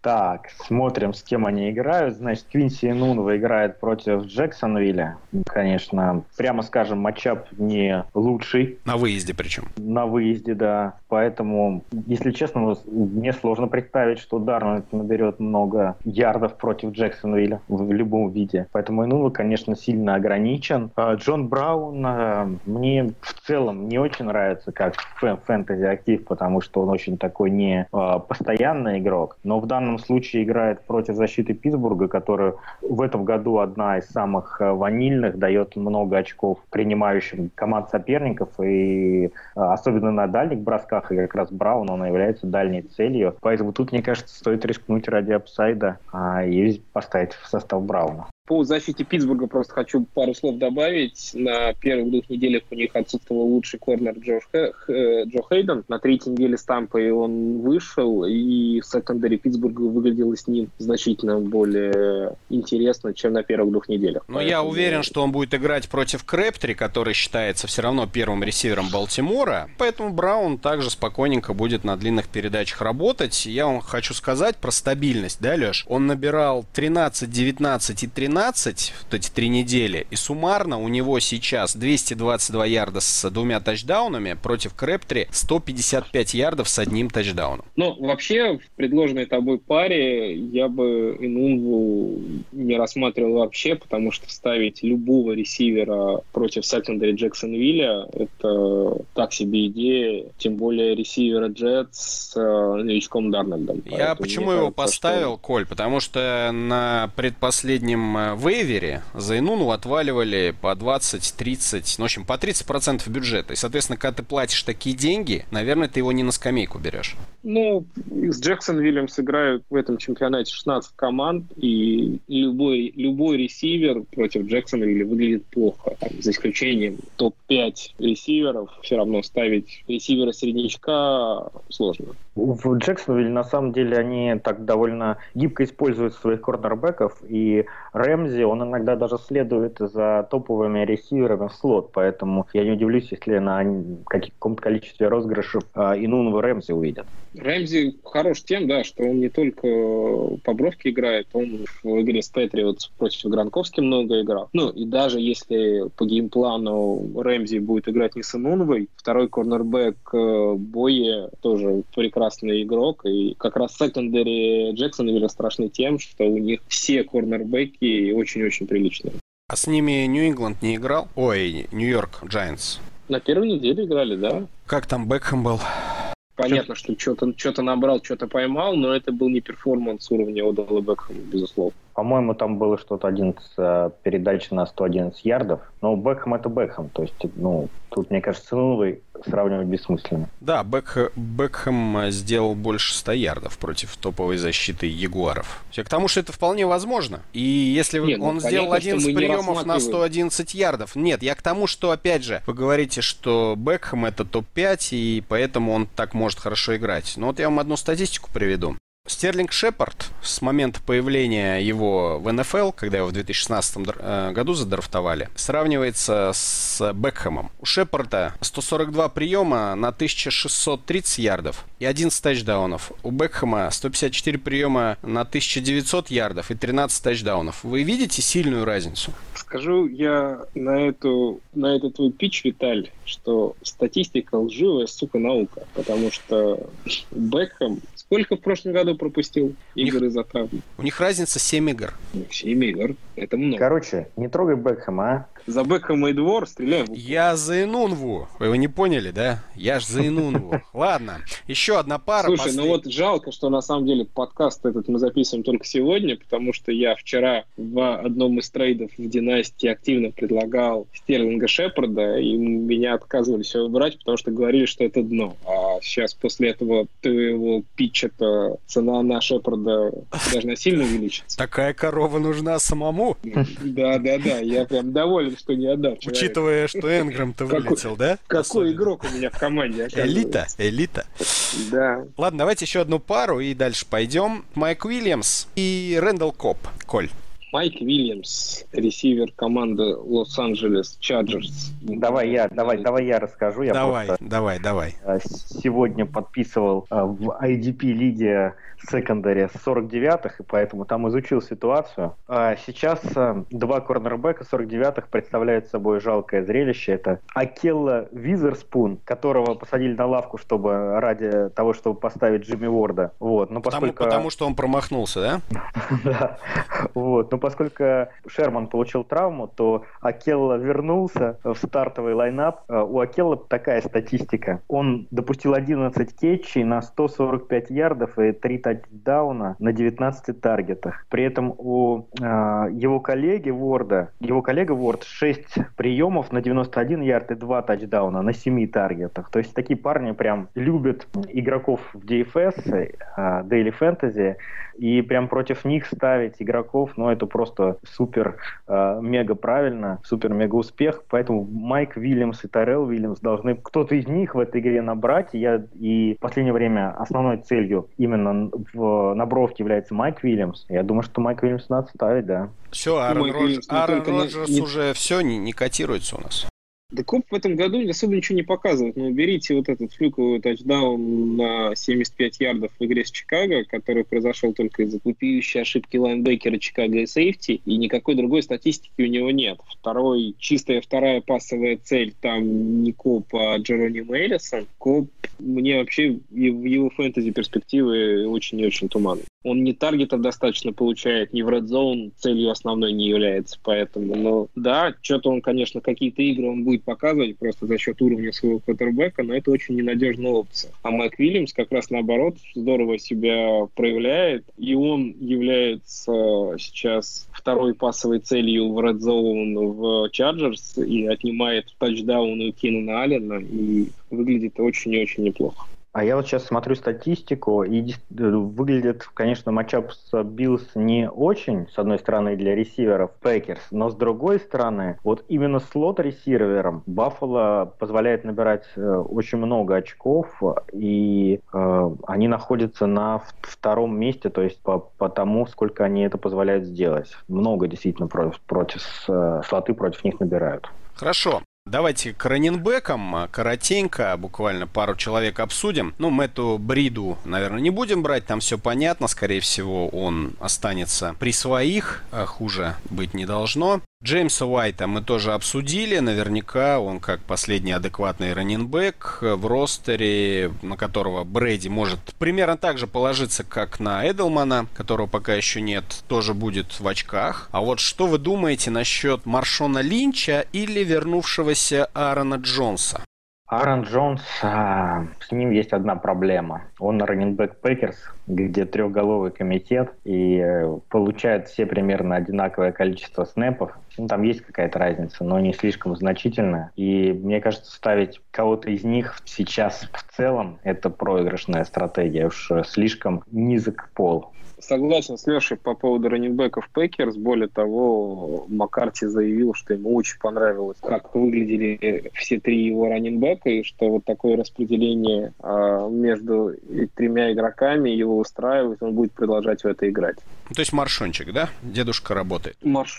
Так, смотрим, с кем они играют. Значит, Квинси Энунва играет против Джексонвилля. Конечно, прямо скажем, матчап не лучший. На выезде причем. На выезде, да. Поэтому, если честно, мне сложно представить, что Дарнольд наберет много ярдов против Джексонвилля в любом виде. Поэтому Энунва, конечно, сильно ограничен. Джон Браун мне в целом не очень нравится как фэнтези-актив, потому что он очень такой не постоянный игрок. Но в данном случае играет против защиты Питтсбурга, которая в этом году одна из самых ванильных, дает много очков принимающим команд соперников, и особенно на дальних бросках, и как раз Браун, он является дальней целью. Поэтому тут, мне кажется, стоит рискнуть ради апсайда а, и поставить в состав Брауна. По защите Питтсбурга просто хочу пару слов добавить. На первых двух неделях у них отсутствовал лучший корнер Джо, Х... Джо Хейден. На третьей неделе с Тампой он вышел, и в секондаре Питтсбурга выглядело с ним значительно более интересно, чем на первых двух неделях. Но Поэтому... я уверен, что он будет играть против Крэптри, который считается все равно первым ресивером Балтимора. Поэтому Браун также спокойненько будет на длинных передачах работать. Я вам хочу сказать про стабильность, да, Леш? Он набирал тринадцать, девятнадцать и тринадцать вот эти три недели, и суммарно у него сейчас двести двадцать два ярда с двумя тачдаунами против Крэптри сто пятьдесят пять ярдов с одним тачдауном. Ну, вообще, в предложенной тобой паре я бы Энунву не рассматривал вообще, потому что ставить любого ресивера против секондари Джексонвилля — это так себе идея, тем более ресивера Джетс с новичком Дарнольдом. Я почему его кажется, поставил, что... Коль? Потому что на предпоследнем в вейвере за Энунву отваливали по двадцать-тридцать, ну, в общем, по тридцать процентов бюджета. И, соответственно, когда ты платишь такие деньги, наверное, ты его не на скамейку берешь. Ну, с Джексонвиллем сыграют в этом чемпионате шестнадцать команд, и любой, любой ресивер против Джексонвилля выглядит плохо. Там, за исключением топ пять ресиверов, все равно ставить ресивера среднячка сложно. В Джексонвилле, на самом деле, они так довольно гибко используют своих корнербэков, и Рэмзи, он иногда даже следует за топовыми ресиверами в слот, поэтому я не удивлюсь, если на каком-то количестве розыгрышев Энунву Рэмзи увидят. Рэмзи хорош тем, да, что он не только по бровке играет, он в игре с Патриотс против Гранковски много играл. Ну, и даже если по геймплану Рэмзи будет играть не с Энунвой, второй корнербэк Бойе тоже прекрасный игрок, и как раз секондари Джексонвилля страшны тем, что у них все корнербэки очень-очень приличные. А с ними Нью-Ингланд не играл? Ой, Нью-Йорк Джайантс. На первой неделе играли, да. Как там Бекхэм был? Понятно, что что-то, что-то набрал, что-то поймал, но это был не перформанс уровня Одала Бекхэма, безусловно. По-моему, там было что-то одиннадцать передач на сто одиннадцать ярдов. Но Бекхэм — это Бекхэм. То есть, ну, тут, мне кажется, с Энунвой сравнивать бессмысленно. Да, Бек, Бекхэм сделал больше ста ярдов против топовой защиты Ягуаров. К тому, что это вполне возможно. И если нет, он ну, сделал понятно, одиннадцать приемов на сто одиннадцать ярдов... Нет, я к тому, что, опять же, вы говорите, что Бекхэм — это топ пять, и поэтому он так может хорошо играть. Но вот я вам одну статистику приведу. Стерлинг Шепард с момента появления его в эн эф эл, когда его в две тысячи шестнадцатом году задрафтовали, сравнивается с Бекхэмом. У Шепарда сто сорок два приема на тысяча шестьсот тридцать ярдов и одиннадцать тачдаунов. У Бекхэма сто пятьдесят четыре приема на тысяча девятьсот ярдов и тринадцать тачдаунов. Вы видите сильную разницу? Скажу я на, эту, на этот твой питч, Виталь, что статистика лживая, сука, наука. Потому что Бекхэм сколько в прошлом году пропустил игр из-за травмы? У них разница семь игр. семь игр. Это много. Короче, не трогай Бекхэма, а? За Бекхэма и двор стреляем. Я за Энунву. Вы не поняли, да? Я ж за Энунву. Ладно, еще одна пара. Слушай, послед... ну вот жалко, что на самом деле подкаст этот мы записываем только сегодня, потому что я вчера в одном из трейдов в Династии активно предлагал Стерлинга Шепарда, и меня отказывались его брать, потому что говорили, что это дно. А сейчас после этого твоего питча-то цена на Шепарда должна сильно увеличиться. Такая корова нужна самому. Да-да-да, я прям доволен, что не отдал. Учитывая, что Энгрэм-то вылетел, да? Какой игрок у меня в команде, Элита, элита. Да. Ладно, давайте еще одну пару и дальше пойдем. Майк Уильямс и Рэндалл Коб. Коль. Майк Уильямс, ресивер команды Лос-Анджелес Чарджерс. Давай я, давай, давай я расскажу. Я давай, давай, давай. Сегодня подписывал в ай ди пи-лиге секондаре сорок девятых, и поэтому там изучил ситуацию. Сейчас два корнербека сорок девятых представляют собой жалкое зрелище. Это Акелла Визерспун, которого посадили на лавку, чтобы ради того, чтобы поставить Джимми Уорда. Вот. Но потому, поскольку... потому что он промахнулся, да? Да. Вот. Но поскольку Шерман получил травму, то Акелла вернулся в стартовый лайнап. У Акелла такая статистика. Он допустил одиннадцать кетчей на сто сорок пять ярдов и три тачдауна на девятнадцати таргетах. При этом у э, его коллеги Ворда, его коллега Ворд шесть приемов на девяносто один ярд и два тачдауна на семи таргетах. То есть такие парни прям любят игроков в ди эф эс, э, Daily Fantasy, и прям против них ставить игроков, ну это просто супер э, мега правильно, супер мега успех. Поэтому Майк Уильямс и Тарелл Уильямс должны кто-то из них в этой игре набрать. И, я, и в последнее время основной целью именно в, на бровке является Майк Уильямс. Я думаю, что Майк Уильямс надо ставить, да. Все, Аарон, Родж... Аарон Роджерс не... уже все не, не котируется у нас. Да Коп в этом году особо ничего не показывает. Но уберите вот этот флюковый тачдаун на семьдесят пять ярдов в игре с Чикаго, который произошел только из-за вопиющей ошибки лайнбекера Чикаго и сейфти, и никакой другой статистики у него нет. Второй, чистая вторая пассовая цель там не Коп, а Джероним Эллисон. Коп мне вообще в его фэнтези перспективы очень и очень туманные. Он не таргетов достаточно получает, ни в Red Zone целью основной не является, поэтому, ну, да, что-то он, конечно, какие-то игры он будет показывать просто за счет уровня своего квотербека, но это очень ненадежная опция. А Майк Уильямс как раз наоборот здорово себя проявляет, и он является сейчас второй пассовой целью в Red Zone в Chargers и отнимает тачдауны у Кинана Аллена, и выглядит очень и очень неплохо. А я вот сейчас смотрю статистику, и выглядит, конечно, матчап с Биллс не очень, с одной стороны, для ресиверов Пекерс, но с другой стороны, вот именно слот-ресиверам Баффало позволяет набирать э, очень много очков, и э, они находятся на втором месте, то есть по, по тому, сколько они это позволяют сделать. Много действительно против, против э, слоты против них набирают. Хорошо. Давайте к раннинбэкам коротенько, буквально пару человек обсудим. Ну, Мэтту Бриду, наверное, не будем брать, там все понятно. Скорее всего, он останется при своих, а хуже быть не должно. Джеймса Уайта мы тоже обсудили. Наверняка он, как последний адекватный раннинбэк в ростере, на которого Брэди может примерно так же положиться, как на Эдлмана, которого пока еще нет, тоже будет в очках. А вот что вы думаете насчет Маршона Линча или вернувшегося Аарона Джонса? Аарон Джонс, а, с ним есть одна проблема. Он раннинбэк Пекерс, где трехголовый комитет, и э, получает все примерно одинаковое количество снэпов. Ну, там есть какая-то разница, но не слишком значительная. И мне кажется, ставить кого-то из них сейчас в целом это проигрышная стратегия. Уж слишком низок пол. Согласен с Лешей по поводу раннинбеков Пекерс. Более того, Маккарти заявил, что ему очень понравилось, как выглядели все три его раннинбека, и что вот такое распределение э, между тремя игроками его устраивает, он будет продолжать в это играть. То есть Маршончик, да? Дедушка работает. Марш...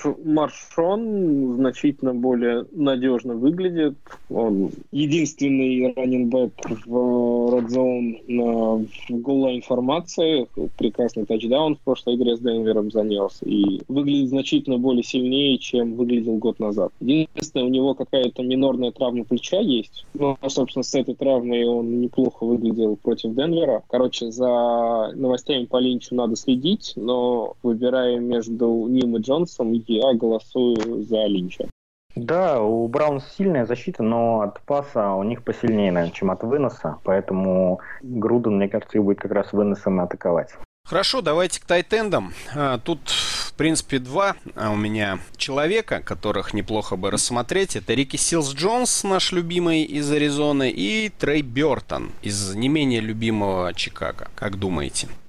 Маршон значительно более надежно выглядит. Он единственный раннинбэк в Red Zone на голой информации. Прекрасный тачдаун в прошлой игре с Денвером занес. И выглядит значительно более сильнее, чем выглядел год назад. Единственное, у него какая-то минорная травма плеча есть. Ну, собственно, с этой травмой он неплохо выглядел против Денвера. Короче, за новостями по Линчу надо следить, но выбирая между ним и Джонсом, я голосую за Линча. Да, у Браунс сильная защита, но от паса у них посильнее, наверное, чем от выноса. Поэтому Груден, мне кажется, их будет как раз выносом атаковать. Хорошо, давайте к тайтендам. Тут, в принципе, два у меня человека, которых неплохо бы рассмотреть. Это Рики Силс-Джонс, наш любимый из Аризоны, и Трей Бёртон из не менее любимого Чикаго. Как думаете?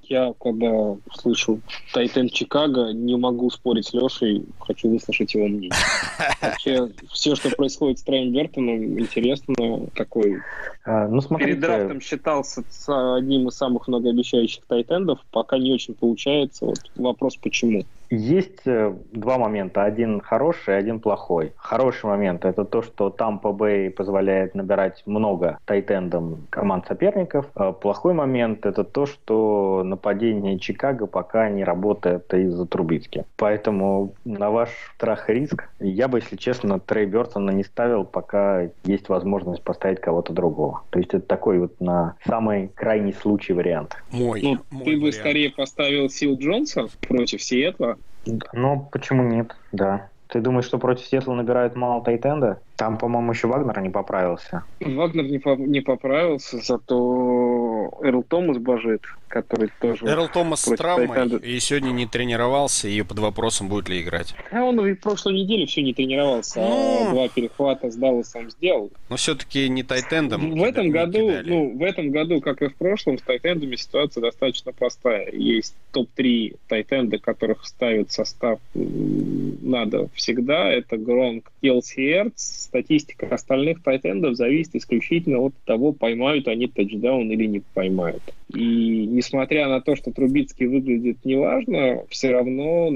Я, когда слышу Тайтенд Чикаго, не могу спорить с Лешей, хочу выслушать его мнение. Вообще, все, что происходит с Треем Бертоном, интересно. Такой а, ну, смотрите... перед драфтом считался одним из самых многообещающих тайтендов, пока не очень получается. Вот вопрос, почему? Есть два момента. Один хороший, один плохой. Хороший момент – это то, что Тампа Бэй позволяет набирать много тайтендам команд соперников. А плохой момент – это то, что нападение Чикаго пока не работает из-за Трубицки. Поэтому на ваш страх и риск я бы, если честно, Трей Бертона не ставил, пока есть возможность поставить кого-то другого. То есть это такой вот на самый крайний случай вариант. Мой, ну, мой ты вариант. бы скорее поставил Сил Джонса против Сиэтла? Ну, почему нет, да. Ты думаешь, что против Сиэтла набирают мало тайтенда? Там, по-моему, еще Вагнер не поправился. Вагнер не, по- не поправился, зато Эрл Томас божит, который тоже... Эрл Томас с травмой Тайтенда. и сегодня не тренировался, и под вопросом, будет ли играть. А он и в прошлой неделе все не тренировался, Ну... а два перехвата с Далласом сделал. Но все-таки не тайтендом. В этом не году, кидали. ну, в этом году, как и в прошлом, с тайтендами ситуация достаточно простая. Есть топ три тайтенда, которых ставят в состав м, надо всегда. Это Гронк, Келси, Эртз. Статистика остальных тайтендов зависит исключительно от того, поймают они тачдаун или не поймают. И несмотря на то, что Трубицкий выглядит неважно, все равно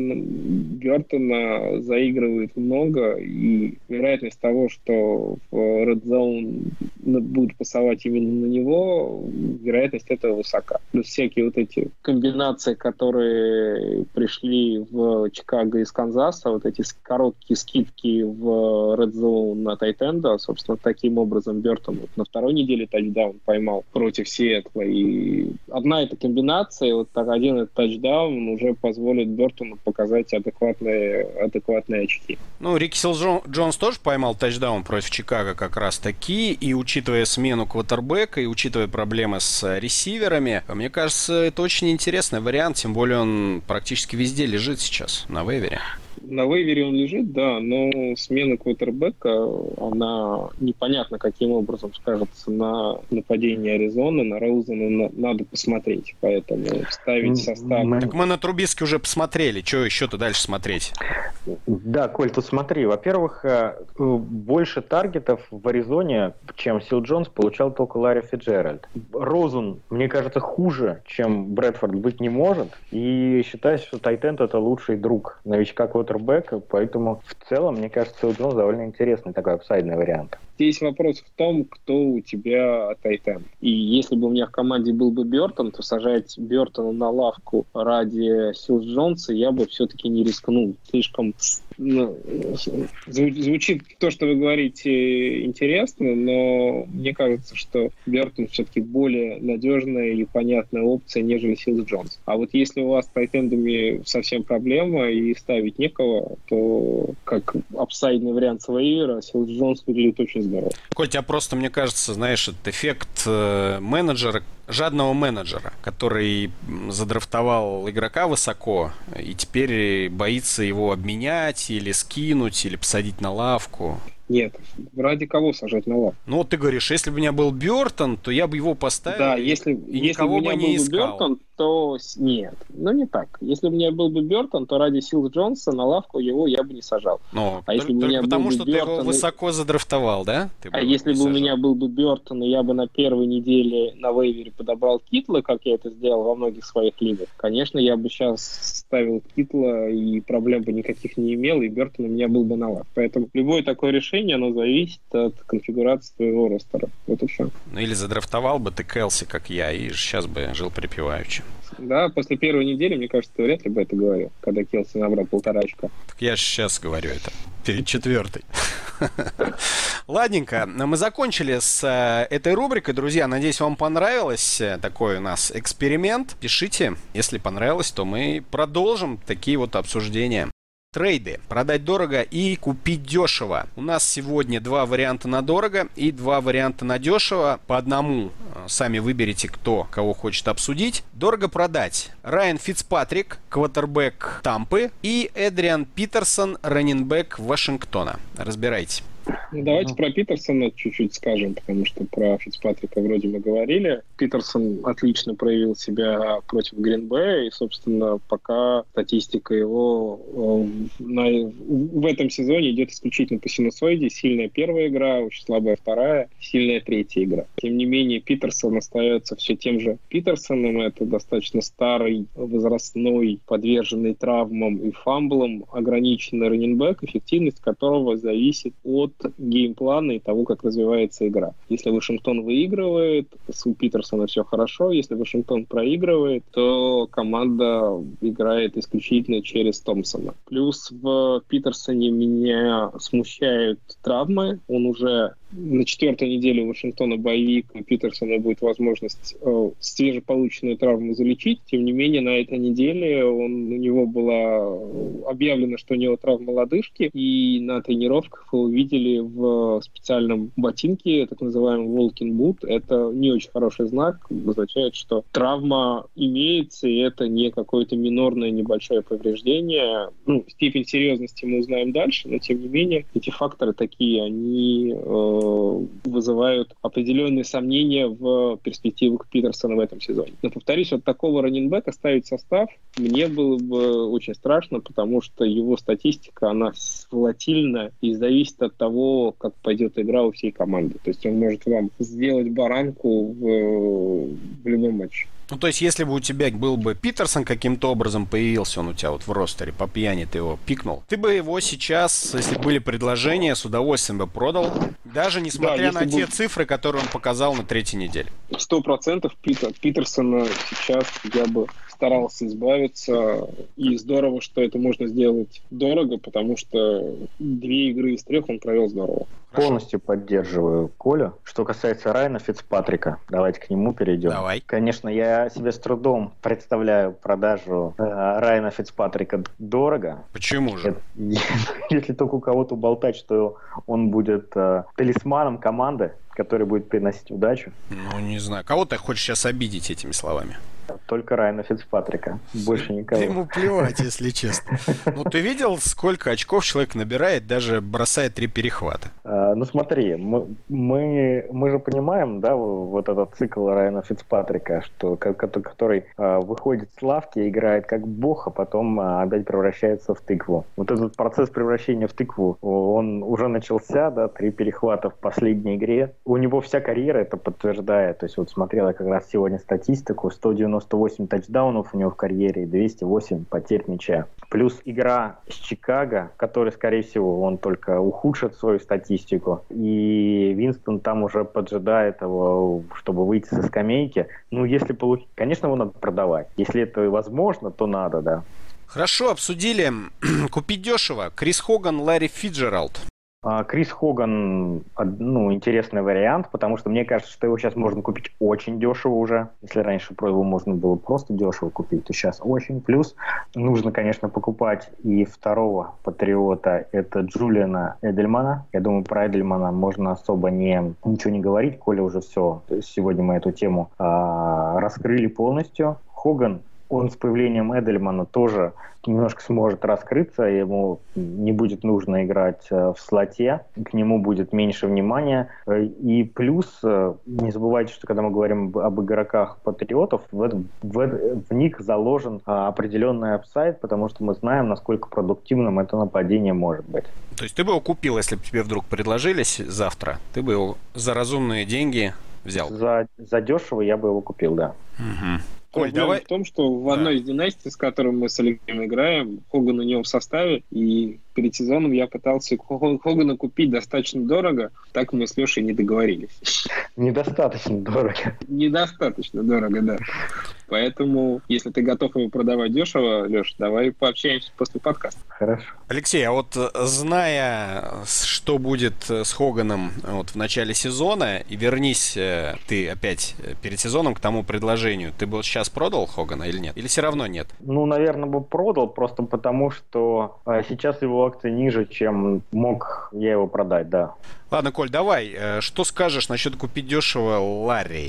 Бертона заигрывает много, и вероятность того, что в Red Zone будут пасовать именно на него, вероятность этого высока. Плюс всякие вот эти комбинации, которые пришли в Чикаго из Канзаса, вот эти короткие скидки в Red Zone на тайтенда, собственно, таким образом Бертон вот на второй неделе тачдаун поймал против Сиэтла, и одна эта комбинация, вот так один этот тачдаун уже позволит Бертону показать адекватные, адекватные очки. Ну, Рики Сил Джонс тоже поймал тачдаун против Чикаго как раз таки, и учитывая смену квотербека, и учитывая проблемы с ресиверами, мне кажется, это очень интересный вариант, тем более он практически везде лежит сейчас, на вейвере. На вейвере он лежит, да, но смена квотербека, она непонятно каким образом скажется на нападении Аризоны, на Роузена, на, надо посмотреть, поэтому ставить состав... Так мы на Трубиске уже посмотрели, что еще-то дальше смотреть? Да, Коль, тут смотри, во-первых, больше таргетов в Аризоне, чем Сил Джонс, получал только Ларри Фиджеральд. Роузен, мне кажется, хуже, чем Брэдфорд быть не может, и считается, что тайтенд — это лучший друг новичка квотербека, поэтому в целом, мне кажется, Сил Джонс довольно интересный такой апсайдный вариант. Здесь вопрос в том, кто у тебя тайтенд. И если бы у меня в команде был бы Бертон, то сажать Бертона на лавку ради Сил Джонса я бы все-таки не рискнул. Слишком ну, звучит то, что вы говорите, интересно, но мне кажется, что Бертон все-таки более надежная и понятная опция, нежели Сил Джонс. А вот если у вас с тайтендами совсем проблема и ставить некого, то как апсайдный вариант с вейвера Сил Джонс выглядит очень здорово. Коль, тебя просто, мне кажется, знаешь, этот эффект э, менеджера, жадного менеджера, который задрафтовал игрока высоко и теперь боится его обменять или скинуть, или посадить на лавку. Нет, ради кого сажать на лавку? Ну вот ты говоришь, если бы у меня был Бертон, то я бы его поставил. Да, и, если, и если никого у меня бы был не бы искал. Бертон, то нет. Ну не так. Если у меня был бы Бертон, то ради Сил Джонса на лавку его я бы не сажал. Ну, а если только у меня потому, был бы что ты его Бертон, высоко задрафтовал, да? Ты а бы если бы у сажал. меня был бы Бертон, и я бы на первой неделе на вейвере подобрал Китла, как я это сделал во многих своих лигах, конечно, я бы сейчас ставил Китла, и проблем бы никаких не имел, и Бертон у меня был бы на лавке. Поэтому любое такое решение, оно зависит от конфигурации твоего ростера. Вот и все. Ну или задрафтовал бы ты Келси, как я, и сейчас бы жил припеваючи. Да, после первой недели, мне кажется, ты вряд ли бы это говорил, когда Келси набрал полтора очка. Так я же сейчас говорю это. Перед четвертой. Ладненько, мы закончили с этой рубрикой, друзья. Надеюсь, вам понравилось. Такой у нас эксперимент. Пишите, если понравилось, то мы продолжим такие вот обсуждения. Трейды. Продать дорого и купить дешево. У нас сегодня два варианта на дорого и два варианта на дешево. По одному сами выберите, кто кого хочет обсудить. Дорого продать. Райан Фицпатрик, квотербек Тампы, и Эдриан Питерсон, раннинбэк Вашингтона. Разбирайте. Ну, давайте Ну. про Питерсона чуть-чуть скажем, потому что про Фицпатрика вроде мы говорили. Питерсон отлично проявил себя против Грин-Бэя, и, собственно, пока статистика его э, на, в этом сезоне идет исключительно по синусоиде. Сильная первая игра, очень слабая вторая, сильная третья игра. Тем не менее, Питерсон остается все тем же Питерсоном. Это достаточно старый, возрастной, подверженный травмам и фамблам, ограниченный раннинбэк, эффективность которого зависит от геймплана и того, как развивается игра. Если Вашингтон выигрывает, у Питерсона все хорошо. Если Вашингтон проигрывает, то команда играет исключительно через Томпсона. Плюс в Питерсоне меня смущают травмы. Он уже на четвертой неделе у Вашингтона боевик, у Питерсона будет возможность э, свежеполученную травму залечить. Тем не менее, на этой неделе он, у него было объявлено, что у него травма лодыжки, и на тренировках вы увидели в специальном ботинке, так называемый walking boot. Это не очень хороший знак, означает, что травма имеется, и это не какое-то минорное небольшое повреждение. Ну, степень серьезности мы узнаем дальше, но тем не менее, эти факторы такие, они э, вызывают определенные сомнения в перспективах Питерсона в этом сезоне. Но, повторюсь, от такого раннинбека ставить состав мне было бы очень страшно, потому что его статистика, она волатильна и зависит от того, как пойдет игра у всей команды. То есть он может вам сделать баранку в, в любом матче. Ну, то есть, если бы у тебя был бы Питерсон каким-то образом появился, он у тебя вот в ростере, по пьяни ты его пикнул, ты бы его сейчас, если были предложения, с удовольствием бы продал, даже несмотря да, на бы... те цифры, которые он показал на третьей неделе. Сто процентов Питер, Питерсона сейчас я бы старался избавиться, и здорово, что это можно сделать дорого, потому что две игры из трех он провел здорово. Полностью поддерживаю Колю. Что касается Райана Фицпатрика, давайте к нему перейдем. Давай. Конечно, я себе с трудом представляю продажу э, Райана Фицпатрика дорого. Почему же? Это, если только у кого-то болтать, что он будет э, талисманом команды, который будет приносить удачу. Ну, не знаю. Кого ты хочешь сейчас обидеть этими словами? Только Райана Фицпатрика. Больше никого. Да ему плевать, если честно. Ну, ты видел, сколько очков человек набирает, даже бросая три перехвата? А, ну, смотри, мы, мы, мы же понимаем, да, вот этот цикл Райана Фицпатрика, что, который а, выходит с лавки, играет как бог, а потом а, опять превращается в тыкву. Вот этот процесс превращения в тыкву, он уже начался, да, три перехвата в последней игре. У него вся карьера это подтверждает. То есть вот смотрел я как раз сегодня статистику, сто девяносто восемь тачдаунов у него в карьере и двести восемь потерь мяча. Плюс игра с Чикаго, которая, скорее всего, он только ухудшит свою статистику. И Винстон там уже поджидает его, чтобы выйти со скамейки. Ну, если получить... Конечно, его надо продавать. Если это возможно, то надо, да. Хорошо, обсудили. Купить дешево. Крис Хоган, Ларри Фиджеральд. Крис Хоган, ну, интересный вариант, потому что мне кажется, что его сейчас можно купить очень дешево уже. Если раньше про его можно было просто дешево купить, то сейчас очень. Плюс нужно, конечно, покупать и второго патриота, это Джулиана Эдельмана. Я думаю, про Эдельмана можно особо не, ничего не говорить, Коля уже все. Сегодня мы эту тему а, раскрыли полностью. Хоган, он с появлением Эдельмана тоже немножко сможет раскрыться, ему не будет нужно играть в слоте, к нему будет меньше внимания. И плюс, не забывайте, что когда мы говорим об игроках патриотов, в, в, в них заложен определенный апсайд, потому что мы знаем, насколько продуктивным это нападение может быть. То есть ты бы его купил, если бы тебе вдруг предложили завтра, ты бы его за разумные деньги взял? За, за дешево я бы его купил, да. Угу. Коль, давай. В том, что в одной да. из династий, с которой мы с Алексеем играем, Хоган у него в составе, и перед сезоном я пытался Хогана купить достаточно дорого, так мы с Лешей не договорились. Недостаточно дорого. Недостаточно дорого, да. Поэтому, если ты готов его продавать дешево, Леш, давай пообщаемся после подкаста. Хорошо. Алексей, а вот зная, что будет с Хоганом вот в начале сезона, и вернись ты опять перед сезоном к тому предложению, ты бы сейчас продал Хогана или нет? Или все равно нет? Ну, наверное, бы продал, просто потому что а, сейчас его акции ниже, чем мог я его продать, да. Ладно, Коль, давай, что скажешь насчет купить дешево Ларри?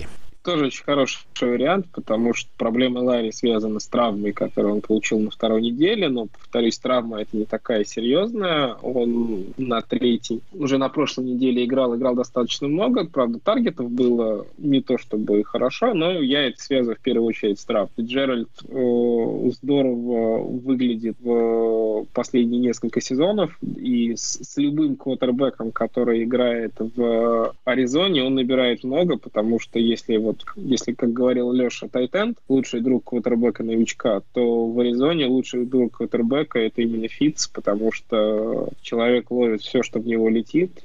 тоже очень хороший вариант, потому что проблема Ларри связана с травмой, которую он получил на второй неделе, но, повторюсь, травма это не такая серьезная. Он на третий, уже на прошлой неделе играл, играл достаточно много, правда, таргетов было не то чтобы хорошо, но я это связываю в первую очередь с травмой. Джеральд э, здорово выглядит в последние несколько сезонов, и с, с любым квотербеком, который играет в Аризоне, он набирает много, потому что если вот, если, как говорил Леша, тайтенд, лучший друг квотербека-новичка, то в Аризоне лучший друг квотербека это именно Фитц, потому что человек ловит все, что в него летит,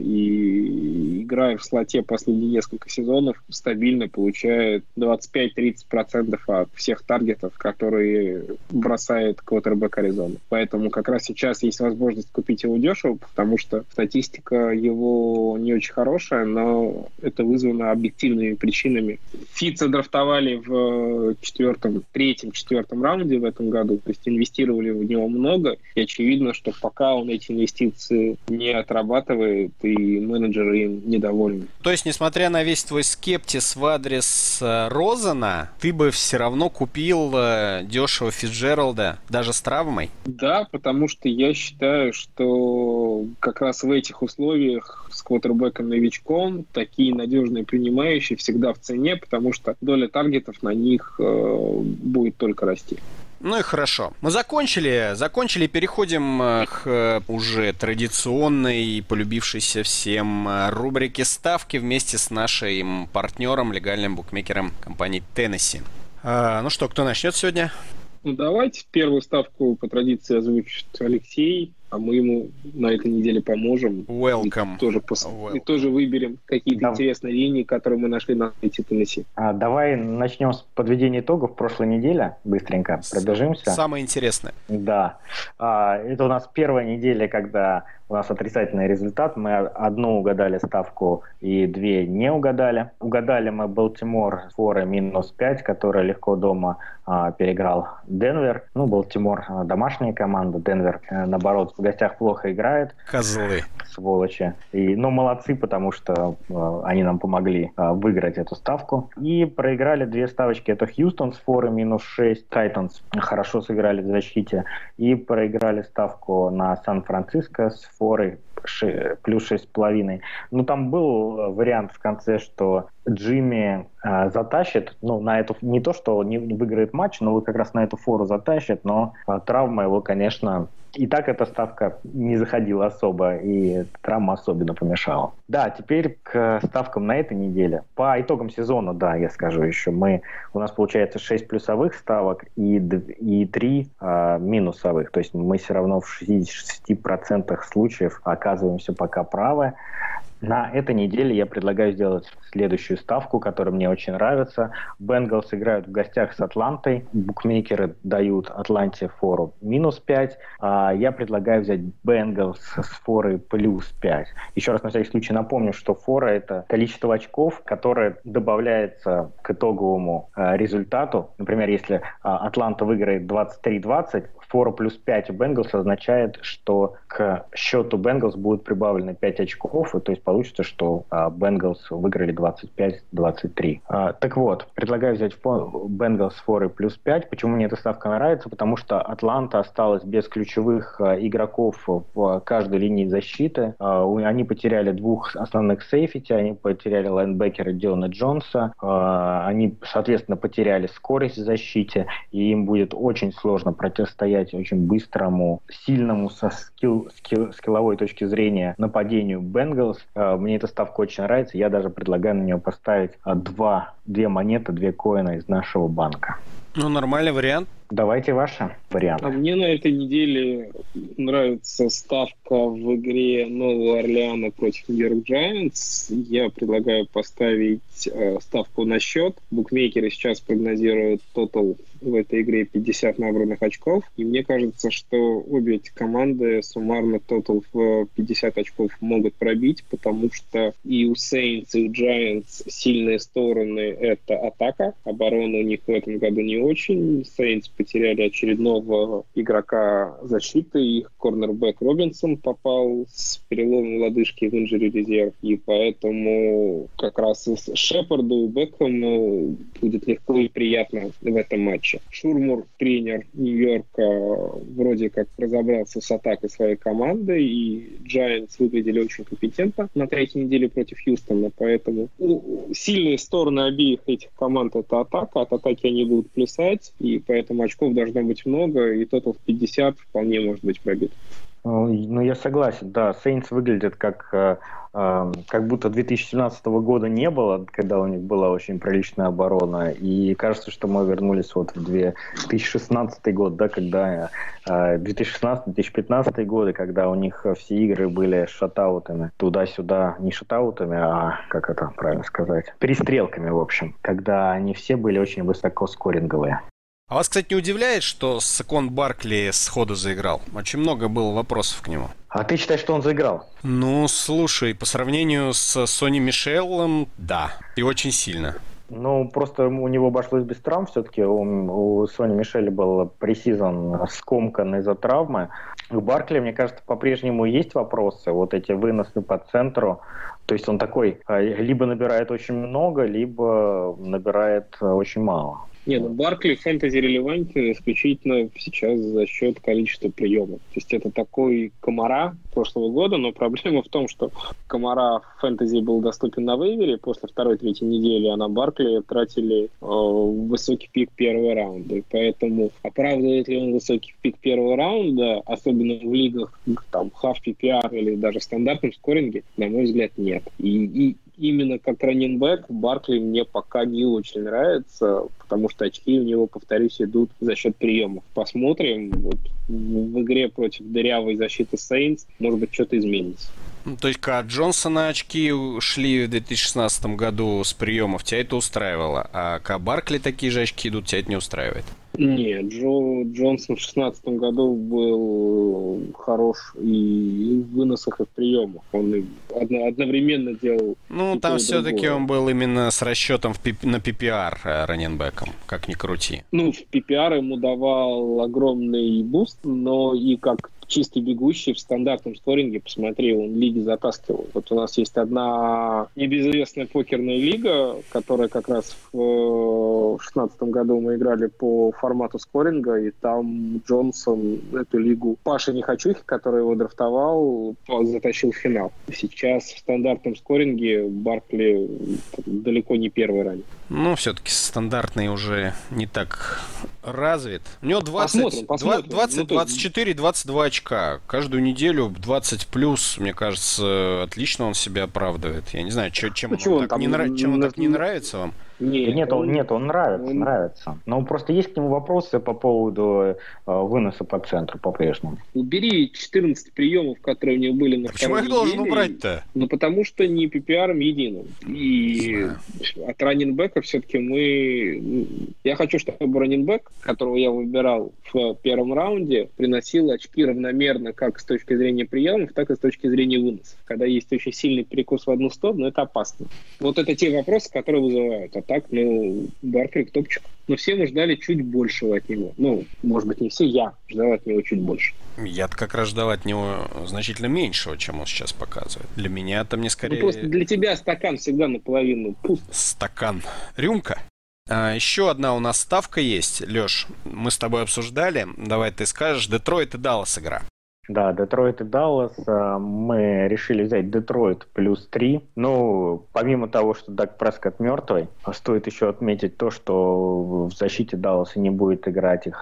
и играя в слоте последние несколько сезонов, стабильно получает двадцать пять - тридцать процентов от всех таргетов, которые бросает квотербек Аризоны. Поэтому как раз сейчас есть возможность купить его дешево, потому что статистика его не очень хорошая, но это вызвано объективными причинами. Фитца драфтовали в четвертом, третьем, четвертом раунде в этом году, то есть инвестировали в него много, и очевидно, что пока он эти инвестиции не отрабатывает, и менеджеры им недовольны. То есть, несмотря на весь твой скептиз в адрес Розена, ты бы все равно купил дешево Фицджералда, даже с травмой? Да, потому что я считаю, что как раз в этих условиях с квотербеком-новичком такие надежные принимающие всегда в цене, потому что доля таргетов на них э, будет только расти. Ну и хорошо. Мы закончили. Закончили. Переходим к уже традиционной, полюбившейся всем рубрике ставки вместе с нашим партнером, легальным букмекером компании Tennessee. А, ну что, кто начнет сегодня? Ну давайте первую ставку по традиции озвучит Алексей, а мы ему на этой неделе поможем. Welcome. И тоже, пос... Welcome. И тоже выберем какие-то Да. интересные линии, которые мы нашли на сайте Tennessee. А, давай начнем с подведения итогов прошлой недели. Быстренько пробежимся. Самое интересное. Да. А, это у нас первая неделя, когда у нас отрицательный результат. Мы одну угадали ставку и две не угадали. Угадали мы Балтимор форы минус пять, которая легко дома а, переиграл Денвер. Ну, Балтимор а, домашняя команда, Денвер, а, наоборот, в гостях плохо играет. Козлы. Сволочи. И, ну, молодцы, потому что э, они нам помогли э, выиграть эту ставку. И проиграли две ставочки. Это Хьюстон с форы минус шесть. Тайтанс хорошо сыграли в защите. И проиграли ставку на Сан-Франциско с форой плюс шесть с половиной. Ну, там был вариант в конце, что Джимми э, затащит, ну, на эту, не то, что не выиграет матч, но вот как раз на эту фору затащит, но э, травма его, конечно, и так эта ставка не заходила особо, и травма особенно помешала. Да, теперь к ставкам на этой неделе. По итогам сезона, да, я скажу еще, мы, у нас получается шесть плюсовых ставок и, и три э, минусовых, то есть мы все равно в шестидесяти шести процентах случаев оказываемся пока правы. На этой неделе я предлагаю сделать следующую ставку, которая мне очень нравится. Бенгалс играют в гостях с Атлантой. Букмекеры дают Атланте фору минус пять. А я предлагаю взять Бенгалс с форой плюс пять. Еще раз на всякий случай напомню, что фора — это количество очков, которое добавляется к итоговому а, результату. Например, если а, Атланта выиграет двадцать три двадцать, фора плюс пять у Бенгалс означает, что к счету Бенгалс будет прибавлено пять очков, и то есть получится, что Бенгалс uh, выиграли двадцать пять двадцать три. Uh, так вот, предлагаю взять Бенгалс форы плюс пять. Почему мне эта ставка нравится? Потому что Атланта осталась без ключевых uh, игроков в каждой линии защиты. Uh, они потеряли двух основных сейфити, они потеряли лайнбекера Дилана Джонса, uh, они, соответственно, потеряли скорость в защите, и им будет очень сложно противостоять очень быстрому, сильному со скилл, скилл, скилловой точки зрения нападению Бенгалс. Мне эта ставка очень нравится. Я даже предлагаю на нее поставить два, две монеты, две коина из нашего банка. Ну, нормальный вариант. Давайте ваши варианты. А мне на этой неделе нравится ставка в игре Нового Орлеана против Нью-Йорк Джайантс. Я предлагаю поставить э, ставку на счет. Букмекеры сейчас прогнозируют тотал в этой игре пятьдесят набранных очков. И мне кажется, что обе эти команды суммарно тотал в пятьдесят очков могут пробить, потому что и у Saints, и у Giants сильные стороны — это атака. Оборона у них в этом году не очень. Saints потеряли очередного игрока защиты. Их корнербэк Робинсон попал с переломом лодыжки в инжури резерв. И поэтому как раз и Шепарду и Бекхэму будет легко и приятно в этом матче. Шурмур, тренер Нью-Йорка, вроде как разобрался с атакой своей команды, и Giants выглядели очень компетентно на третьей неделе против Хьюстона, поэтому сильные стороны обеих этих команд — это атака, от атаки они будут плясать, и поэтому очков должно быть много, и тотал в пятьдесят вполне может быть пробит. Ну, я согласен, да, Saints выглядят как, э, э, как будто две тысячи семнадцатого года не было, когда у них была очень приличная оборона, и кажется, что мы вернулись вот в две тысячи шестнадцатый год, да, когда э, две тысячи шестнадцатый — две тысячи пятнадцатый годы, когда у них все игры были шатаутами, туда-сюда, не шатаутами, а, как это правильно сказать, перестрелками, в общем, когда они все были очень высокоскоринговые. А вас, кстати, не удивляет, что Сакон Баркли сходу заиграл? Очень много было вопросов к нему. А ты считаешь, что он заиграл? Ну, слушай, по сравнению с Сони Мишелом, да, и очень сильно. Ну, просто у него обошлось без травм все-таки. У, у Сони Мишеля был пресизон скомкан из-за травмы. У Баркли, мне кажется, по-прежнему есть вопросы. Вот эти выносы по центру. То есть он такой, либо набирает очень много, либо набирает очень мало. Не, ну Баркли фэнтези релевантен исключительно сейчас за счет количества приемов. То есть это такой Камара прошлого года, но проблема в том, что Камара в фэнтези был доступен на вейвере после второй-третьей недели, а на Баркли тратили э, высокий пик первого раунда. И поэтому оправдывает ли он высокий пик первого раунда, особенно в лигах там half пи пи ар или даже в стандартном скоринге, на мой взгляд, нет. И, и именно как раннинбэк Баркли мне пока не очень нравится, потому что очки у него, повторюсь, идут за счет приемов. Посмотрим. Вот в игре против дырявой защиты Saints, может быть, что-то изменится. Ну, то есть, когда Джонсона очки шли в две тысячи шестнадцатом году с приемов, тебя это устраивало, а когда Баркли такие же очки идут, тебя это не устраивает? Нет, Джо Джонсон в шестнадцатом году был хорош и в выносах, и в приемах. Он одно, одновременно делал... Ну, там все-таки другое. Он был именно с расчетом в пи, на пи пи ар раннинбэком, как ни крути. Ну, в пи пи ар ему давал огромный буст, но и как чистый бегущий в стандартном скоринге, посмотри, он лиги затаскивал. Вот у нас есть одна небезызвестная покерная лига, которая как раз в шестнадцатом году мы играли по формату скоринга, и там Джонсон эту лигу Паша Нехочухи, который его драфтовал, затащил в финал. Сейчас в стандартном скоринге Баркли далеко не первый ранний. Ну, все-таки стандартный уже не так развит. У него двадцать, посмотрим, посмотрим. двадцать, двадцать четыре, двадцать два очка. Каждую неделю двадцать плюс, мне кажется, отлично он себя оправдывает. Я не знаю, чем, чем, ну, он, он так, не, нрав... чем он так не нравится вам? Нет, нет, он, нет, он нравится, он... нравится. Но просто есть к нему вопросы по поводу э, выноса по центру по-прежнему. Убери четырнадцать приемов, которые у него были на Почему второй их должен неделе. убрать-то? Ну, потому что не пи пи ар единым. И от раннинбека все-таки мы... Я хочу, чтобы раннинбек, которого я выбирал в первом раунде, приносил очки равномерно как с точки зрения приемов, так и с точки зрения выносов. Когда есть очень сильный перекос в одну сторону, это опасно. Вот это те вопросы, которые вызывают. А так, ну, Баркли топчик. Но все мы ждали чуть большего от него. Ну, может быть, не все, я ждал от него чуть больше. Я-то как раз ждал от него значительно меньшего, чем он сейчас показывает. Для меня это мне скорее... Ну, просто для тебя стакан всегда наполовину пуст. Стакан. Рюмка. А, еще одна у нас ставка есть. Леш, мы с тобой обсуждали. Давай ты скажешь. Детройт и Даллас игра. Да, Детройт и Даллас. Мы решили взять Детройт плюс три. Ну, помимо того, что Даг Прескотт мертвый, стоит еще отметить то, что в защите Далласа не будет играть их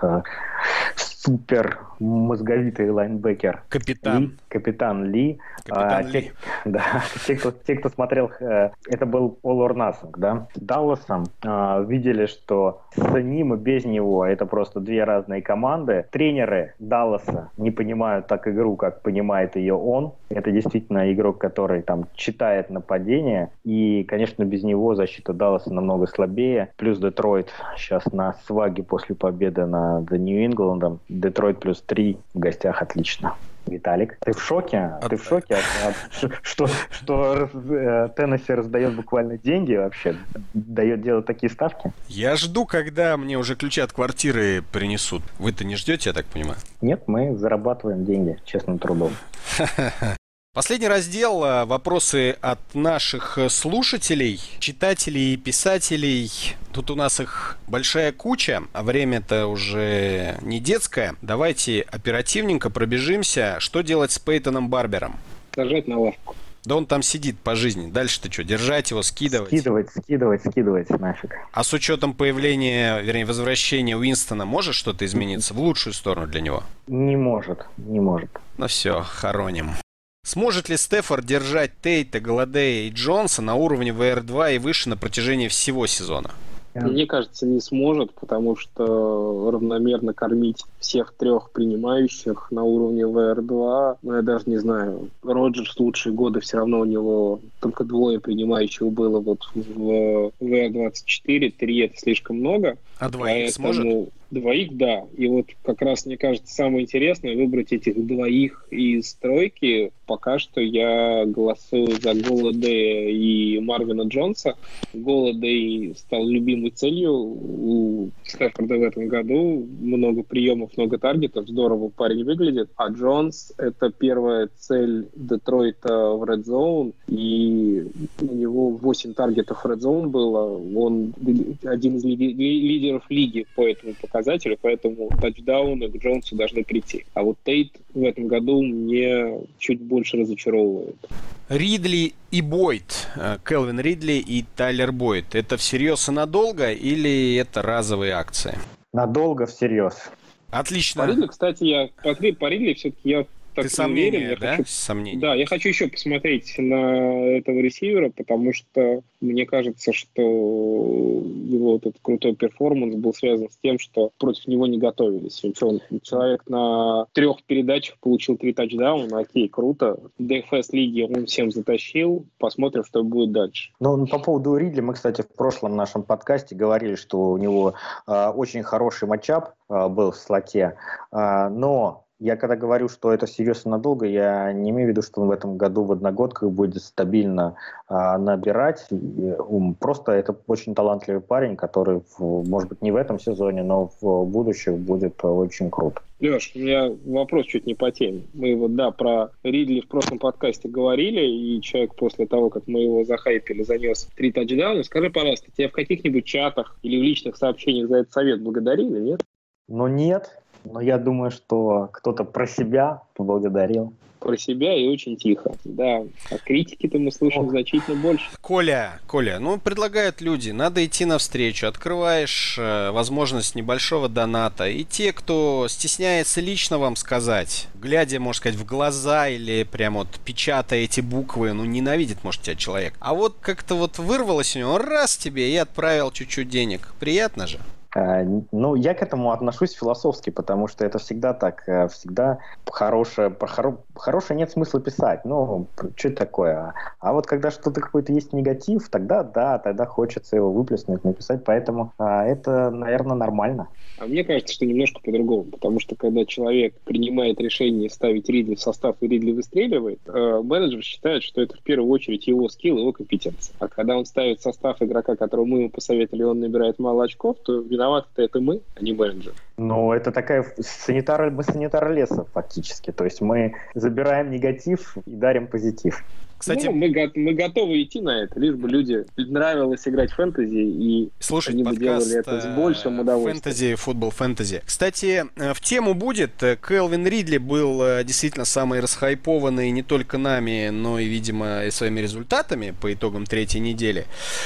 супер мозговитый лайнбекер. Капитан. Ли, капитан Ли. Капитан а, Ли. Те, да, те, кто, те, кто смотрел, это был All or Nothing, да? С Далласом а, видели, что с ним и без него это просто две разные команды. Тренеры Далласа не понимают так игру, как понимает ее он. Это действительно игрок, который там читает нападение. И, конечно, без него защита Далласа намного слабее. Плюс Детройт сейчас на сваге после победы над Нью-Ингландом. Детройт плюс три в гостях отлично. Виталик, ты в шоке? От... Ты в шоке, от, от, что, что э, Теннесси раздает буквально деньги вообще? Дает делать такие ставки? Я жду, когда мне уже ключи от квартиры принесут. Вы-то не ждете, я так понимаю? Нет, мы зарабатываем деньги честным трудом. Последний раздел – вопросы от наших слушателей, читателей и писателей. Тут у нас их большая куча, а время-то уже не детское. Давайте оперативненько пробежимся. Что делать с Пейтоном Барбером? Сажать на лавку. Да он там сидит по жизни. Дальше-то что, держать его, скидывать? Скидывать, скидывать, скидывать нафиг. А с учетом появления, вернее, возвращения Уинстона, может что-то измениться в лучшую сторону для него? Не может, не может. Ну все, хороним. Сможет ли Стефорд держать Тейта, Голладея и Джонса на уровне вэ эр два и выше на протяжении всего сезона? Мне кажется, не сможет, потому что равномерно кормить всех трех принимающих на уровне вэ эр два, ну, я даже не знаю. Роджерс лучшие годы все равно у него только двое принимающих было вот в вэ эр двадцать четыре, три это слишком много. А двоих сможет? Двоих, да. И вот как раз, мне кажется, самое интересное выбрать этих двоих из тройки. Пока что я голосую за Голладея и Марвина Джонса. Голладей стал любимой целью у Стефорда в этом году. Много приемов, много таргетов. Здорово парень выглядит. А Джонс — это первая цель Детройта в Red Zone. И у него восемь таргетов в Red Zone было. Он один из лидеров лиги по этому показателю. Поэтому тачдауны к Джонсу должны прийти. А вот Тейт в этом году мне чуть больше разочаровывает. Ридли и Бойд, Келвин Ридли и Тайлер Бойд, это всерьез и надолго или это разовые акции? Надолго, всерьез. Отлично. По Ридли, кстати, я по, по Ридли все-таки я так Ты сомнения, уверен. Я да? хочу, Сомнения. Да, я хочу еще посмотреть на этого ресивера, потому что мне кажется, что его вот этот крутой перформанс был связан с тем, что против него не готовились. Он, человек на трех передачах получил три тачдауна, окей, круто. В ди эф эс-лиге он всем затащил. Посмотрим, что будет дальше. Ну, по поводу Ридли, мы, кстати, в прошлом нашем подкасте говорили, что у него э, очень хороший матчап э, был в слоте, э, но я когда говорю, что это серьезно надолго, я не имею в виду, что он в этом году в одногодках будет стабильно а, набирать. Просто это очень талантливый парень, который, в, может быть, не в этом сезоне, но в будущем будет очень круто. Леш, у меня вопрос чуть не по теме. Мы вот, да, про Ридли в прошлом подкасте говорили, и человек после того, как мы его захайпили, занес три тачдауна. Скажи, пожалуйста, тебя в каких-нибудь чатах или в личных сообщениях за этот совет благодарили, нет? Ну, нет. Но я думаю, что кто-то про себя поблагодарил. Про себя и очень тихо. Да, а критики-то мы слышим Ох. значительно больше. Коля, Коля, ну предлагают люди, надо идти навстречу. Открываешь э, возможность небольшого доната. И те, кто стесняется лично вам сказать, глядя, можно сказать, в глаза или прям вот печатая эти буквы, ну ненавидит, может, тебя человек. А вот как-то вот вырвалось у него, раз тебе и отправил чуть-чуть денег. Приятно же? Ну, я к этому отношусь философски, потому что это всегда так, всегда хорошее, про хоро, хорошее нет смысла писать, ну, что это такое? А вот когда что-то какой-то есть негатив, тогда да, тогда хочется его выплеснуть, написать, поэтому а, это, наверное, нормально. А мне кажется, что немножко по-другому, потому что когда человек принимает решение ставить Ридли в состав и Ридли выстреливает, э, менеджер считает, что это в первую очередь его скилл, его компетенция. А когда он ставит в состав игрока, которого мы ему посоветовали, он набирает мало очков, то виноваты-то это мы, а не менеджер. Ну, это такая санитар, мы санитар леса фактически, то есть мы забираем негатив и дарим позитив. Кстати, ну, мы, мы готовы идти на это, лишь бы люди нравилось играть в фэнтези, и слушать они бы делали это с большим удовольствием. Фэнтези, футбол, фэнтези. Кстати, в тему будет. Келвин Ридли был действительно самый расхайпованный не только нами, но и, видимо, и своими результатами по итогам третьей недели.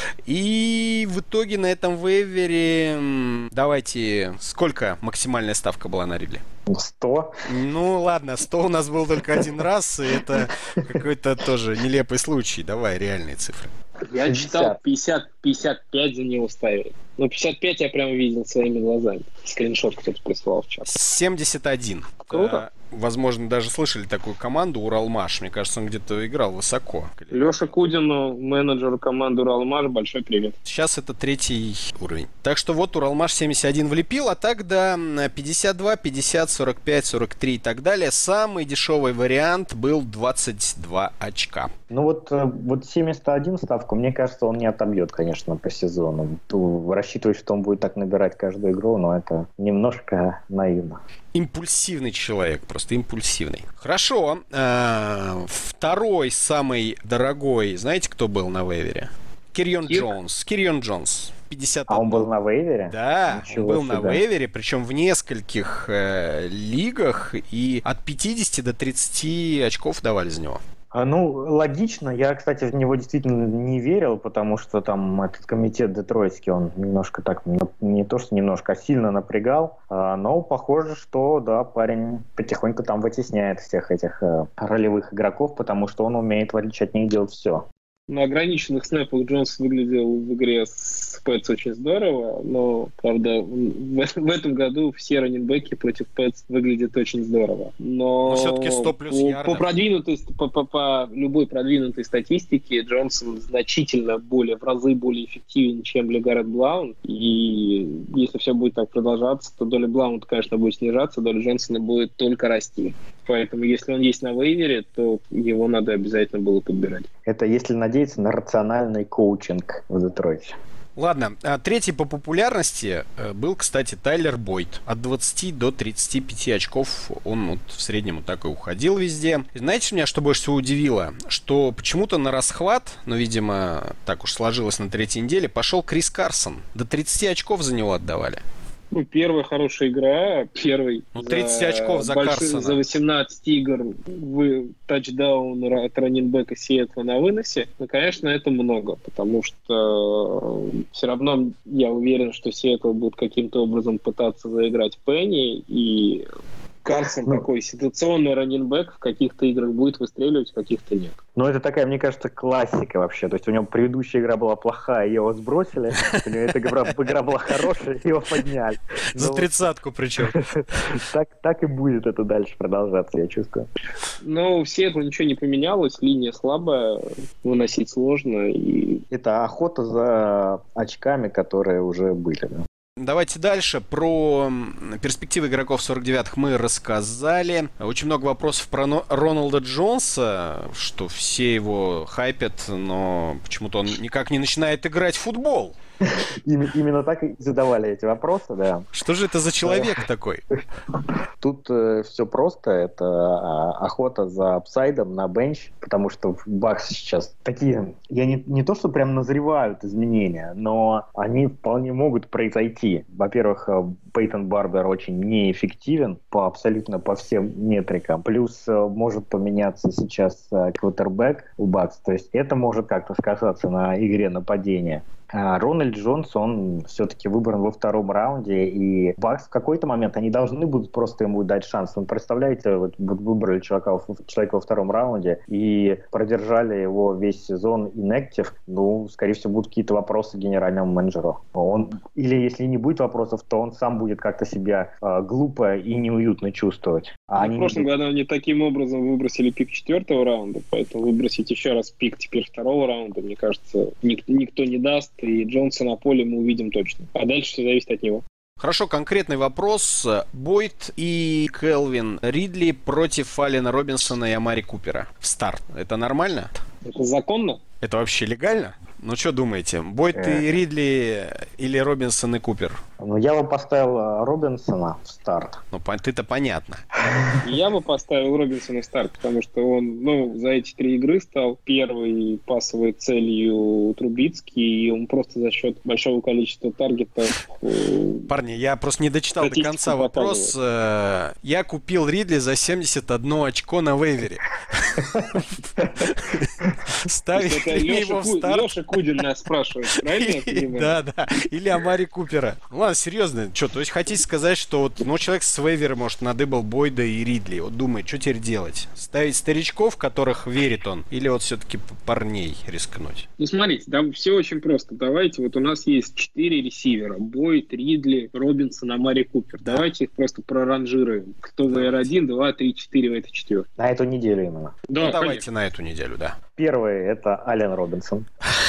И в итоге на этом вейвере, давайте, сколько максимальная ставка была на Ридли? сто. Ну ладно, сто у нас был только один раз, и это какой-то тоже нелепый случай. Давай реальные цифры. Я шестьдесят. Читал пятьдесят, пятьдесят пять за него ставили. Ну, пятьдесят пять я прямо видел своими глазами. Скриншот кто-то прислал в чат. семьдесят один. Круто. возможно, даже слышали такую команду Уралмаш. Мне кажется, он где-то играл высоко. Леша Кудину, менеджеру команды Уралмаш, большой привет. Сейчас это третий уровень. Так что вот Уралмаш семьдесят один влепил, а так да, пятьдесят два, пятьдесят, сорок пять, сорок три и так далее. Самый дешевый вариант был двадцать два очка. Ну вот, вот семьдесят один ставку, мне кажется, он не отобьет, конечно, по сезону. Рассчитывать, что он будет так набирать каждую игру, но это немножко наивно. Импульсивный человек, просто импульсивный. Хорошо. Второй самый дорогой, знаете, кто был на вейвере? Кирьон Кирк? Джонс. Кирьон Джонс. пятьдесят один. А он был на вейвере? Да, Ничего он был себе. на вейвере, причем в нескольких э, лигах, и от пятидесяти до тридцати очков давали за него. А, ну, логично. Я, кстати, в него действительно не верил, потому что там этот комитет детройтский, он немножко так, не то что немножко, а сильно напрягал. А, но похоже, что, да, парень потихоньку там вытесняет всех этих э, ролевых игроков, потому что он умеет, в отличие от них, делать все. На ограниченных снэпах Джонс выглядел в игре с Пэтс очень здорово, но, правда, в, в этом году все раннинбеки против Пэтс выглядят очень здорово. Но, Но все-таки сто плюс по, ярдов. по, продвинутой, по, по, по любой продвинутой статистике Джонсон значительно более, в разы более эффективен, чем Легарет Блаунт. И если все будет так продолжаться, то доля Блаунта, конечно, будет снижаться, доля Джонсона будет только расти. Поэтому, если он есть на вейвере, то его надо обязательно было подбирать. Это если надеяться на рациональный коучинг в Детройте. Ладно, а третий по популярности был, кстати, Тайлер Бойд. От двадцати до тридцати пяти очков он вот в среднем вот так и уходил везде. И знаете, меня что больше всего удивило? Что почему-то на расхват, ну, видимо, так уж сложилось на третьей неделе, пошел Крис Карсон. До тридцати очков за него отдавали. Ну, первая хорошая игра, первый ну, тридцать очков за большой, Карсона. За восемнадцать игр вы, тачдаун от раннинбека Сиэтла на выносе. Ну, конечно, это много, потому что все равно я уверен, что Сиэтл будет каким-то образом пытаться заиграть Пенни, и Карсон ну, такой ситуационный раннинбэк в каких-то играх будет выстреливать, в каких-то нет. Ну, это такая, мне кажется, классика вообще. То есть у него предыдущая игра была плохая, его сбросили. У него эта игра была хорошая, его подняли. За тридцатку причем. Так и будет это дальше продолжаться, я чувствую. Ну, все это ничего не поменялось, линия слабая, выносить сложно. Это охота за очками, которые уже были, да. Давайте дальше. Про перспективы игроков сорок девятых мы рассказали. Очень много вопросов про Роналда Джонса, что все его хайпят, но почему-то он никак не начинает играть в футбол. Именно так и задавали эти вопросы, да. Что же это за человек такой? Тут э, все просто. Это э, охота за апсайдом на бенч, потому что в Бакс сейчас такие, я не, не то, что прям назревают изменения, но они вполне могут произойти. Во-первых, Пейтон Барбер очень неэффективен по абсолютно по всем метрикам. Плюс э, может поменяться сейчас э, квотербэк в Бакс. То есть это может как-то сказаться на игре нападения. А Рональд Джонс, он все-таки выбран во втором раунде, и Бакс в какой-то момент, они должны будут просто ему дать шанс. Вы представляете, вот выбрали человека, человека во втором раунде и продержали его весь сезон inactive, ну, скорее всего, будут какие-то вопросы к генеральному менеджеру. Он, или если не будет вопросов, то он сам будет как-то себя э, глупо и неуютно чувствовать. А в прошлом году они таким образом выбросили пик четвертого раунда, поэтому выбросить еще раз пик теперь второго раунда, мне кажется, ник- никто не даст. И Джонса на поле мы увидим точно. А дальше все зависит от него. Хорошо, конкретный вопрос. Бойд и Келвин Ридли против Аллена Робинсона и Амари Купера. В старт. Это нормально? Это законно? Это вообще легально? Ну, что думаете? Бойд э... и Ридли или Робинсон и Купер? Ну, я бы поставил Робинсона в старт. Ну, ты-то понятно. Я бы поставил Робинсона в старт, потому что он, ну, за эти три игры стал первой пасовой целью Трубицкий, и он просто за счет большого количества таргетов... Парни, я просто не дочитал до конца вопрос. Показывает. Я купил Ридли за семьдесят одно очко на вейвере. Ставить его в старт. Леша Кудин нас спрашивает, правильно я понимаю? Да, да. Или Амари Купера. Ладно, ладно, серьезно, что, то есть хотите сказать, что вот, ну, человек с вейвера, может, надыбал Бойда и Ридли, вот думает, что теперь делать? Ставить старичков, в которых верит он, или вот все-таки парней рискнуть? Ну, смотрите, да, все очень просто. Давайте, вот у нас есть четыре ресивера. Бойд, Ридли, Робинсон, Амари Купер. Да. Давайте их просто проранжируем. Кто в эр один, два, три, четыре, в этой четверке. На эту неделю именно. Да, ну, давайте на эту неделю, да. Первый — это Аллен Робинсон.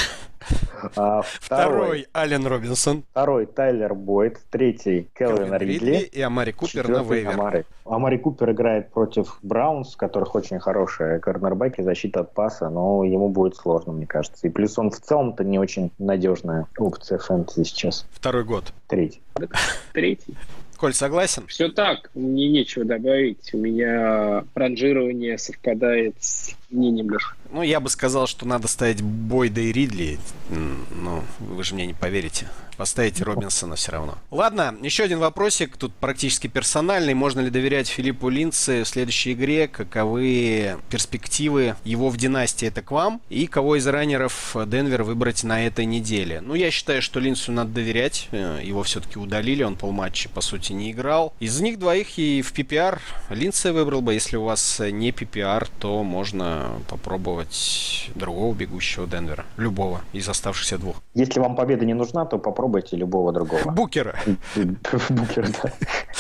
А, второй, второй Аллен Робинсон. Второй Тайлер Бойд. Третий Келвин Ридли. И Амари Купер на вейвер. Амари. Амари Купер играет против Браунс, у которых очень хорошие корнербеки, защита от паса, но ему будет сложно, мне кажется. И плюс он в целом-то не очень надежная опция фэнтези сейчас. Второй год. Третий. Третий. Коль, согласен? Все так, мне нечего добавить. У меня ранжирование совпадает с мнением Леши. Ну, я бы сказал, что надо ставить Бойда и Ридли. Ну, вы же мне не поверите. Поставите Робинсона все равно. Ладно, еще один вопросик. Тут практически персональный. Можно ли доверять Филиппу Линдсе в следующей игре? Каковы перспективы его в династии? Это к вам. И кого из раннеров Денвер выбрать на этой неделе? Ну, я считаю, что Линдсу надо доверять. Его все-таки удалили. Он полматча, по сути, не играл. Из них двоих и в пи пи ар Линдсе выбрал бы. Если у вас не пи пи ар, то можно попробовать другого бегущего Денвера. Любого из оставшихся двух. Если вам победа не нужна, то попробуйте любого другого. Букера. Букера, да.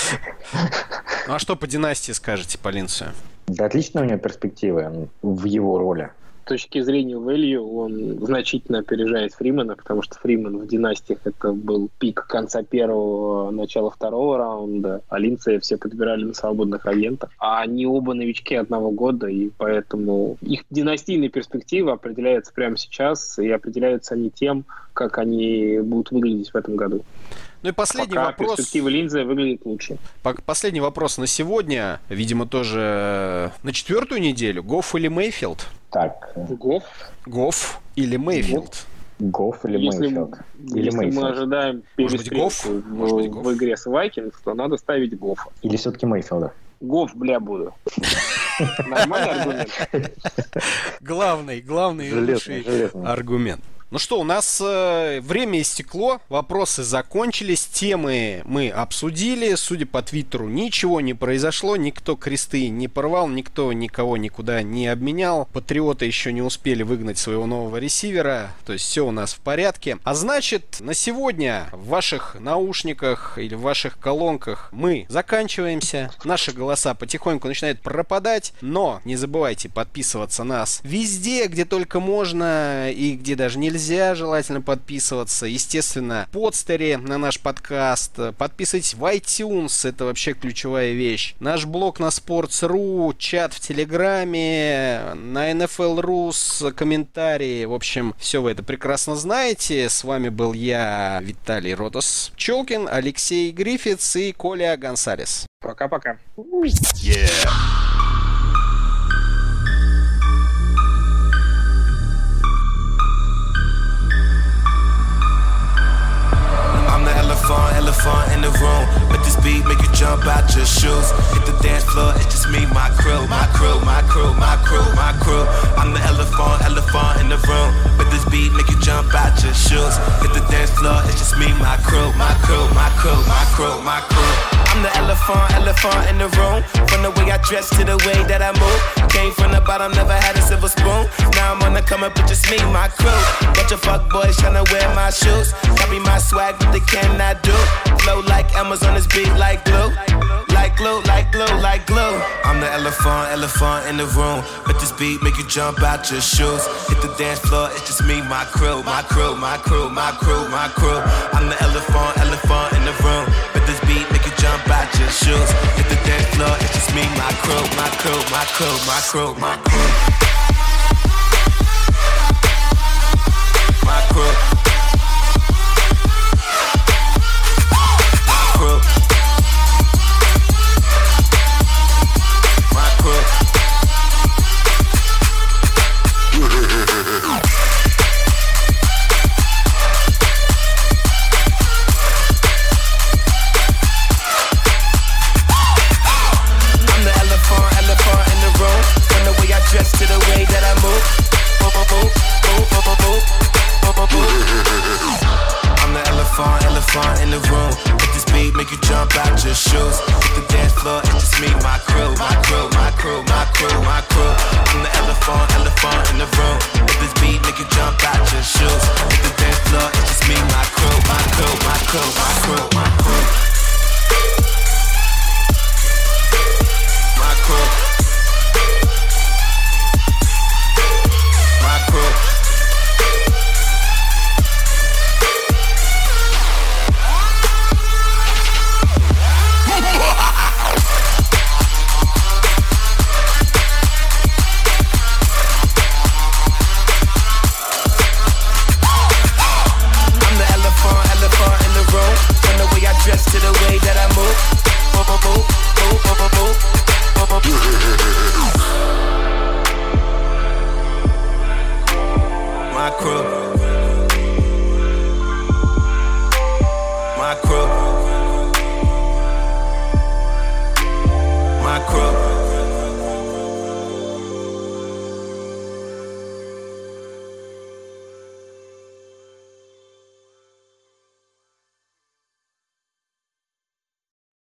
Ну а что по династии скажете, по Линдсу? Да, отличные у него перспективы в его роли. С точки зрения value он значительно опережает Фримена, потому что Фримен в династиях это был пик конца первого, начала второго раунда, а Линдсея все подбирали на свободных агентах. А они оба новички одного года, и поэтому их династийные перспективы определяются прямо сейчас, и определяются они тем, как они будут выглядеть в этом году. Ну и последний Пока вопрос. Перспектива Линдсея выглядит лучше. Последний вопрос на сегодня, видимо, тоже на четвертую неделю. Гофф или Мейфилд? Так. Гофф. Гофф или Мейфилд? Гофф или если, Мейфилд? Или если Мейфилд. мы ожидаем перестрелку в, в игре с Вайкингс, то надо ставить Гоффа. Или все-таки Мейфилда? Гофф, бля, буду. Нормальный аргумент? Главный, главный и лучший аргумент. Ну что, у нас э, время истекло, вопросы закончились, темы мы обсудили, судя по твиттеру, ничего не произошло, никто кресты не порвал, никто никого никуда не обменял, патриоты еще не успели выгнать своего нового ресивера, то есть все у нас в порядке. А значит, на сегодня в ваших наушниках или в ваших колонках мы заканчиваемся, наши голоса потихоньку начинают пропадать, но не забывайте подписываться на нас везде, где только можно и где даже нельзя. Нельзя, желательно подписываться. Естественно, в подстере на наш подкаст. Подписывайтесь в iTunes, это вообще ключевая вещь. Наш блог на Sports.ru, чат в Телеграме, на эн эф эл Рус, комментарии. В общем, все вы это прекрасно знаете. С вами был я, Виталий Ротас Пчелкин, Алексей Гриффитс и Коля Гонсалес. Пока-пока. Yeah. Elephant, elephant in the room. Let this beat make you jump out your shoes. Hit the dance floor, it's just me, my crew, my crew, my crew, my crew, my crew. I'm the elephant, elephant in the room. Let this beat make you jump out your shoes. Hit the dance floor, it's just me, my crew, my crew, my crew, my crew, my crew. I'm the elephant, elephant in the room. From the way I dress to the way that I move. Came from the bottom, never had a silver spoon. Now I'm on the come up, it's just me, my crew. Bunch of fuck boys tryna wear my shoes. Copy my swag, but they cannot do. Flow like Amazon, this beat like glue. Like glue, like glue, like glue. I'm the elephant, elephant in the room. Let this beat make you jump out your shoes. Hit the dance floor, it's just me, my crew, my crew, my crew, my crew, my crew. I'm the elephant, elephant in the room. Let this beat make you jump out your shoes. Hit the dance floor, it's just me, my crew, my crew, my crew, my crew, my crew. My crew. My crew. My crew. Dress to the way that I move, move, move, move, move, move, move, move. your shoes. Hit the dance floor, it's just me, my crew, my crew, my crew, my crew, my crew. I'm the elephant, elephant in the room. If this beat make you jump out your shoes. Hit the dance floor, it's just me, my crew, my crew, my crew, my crew, my crew.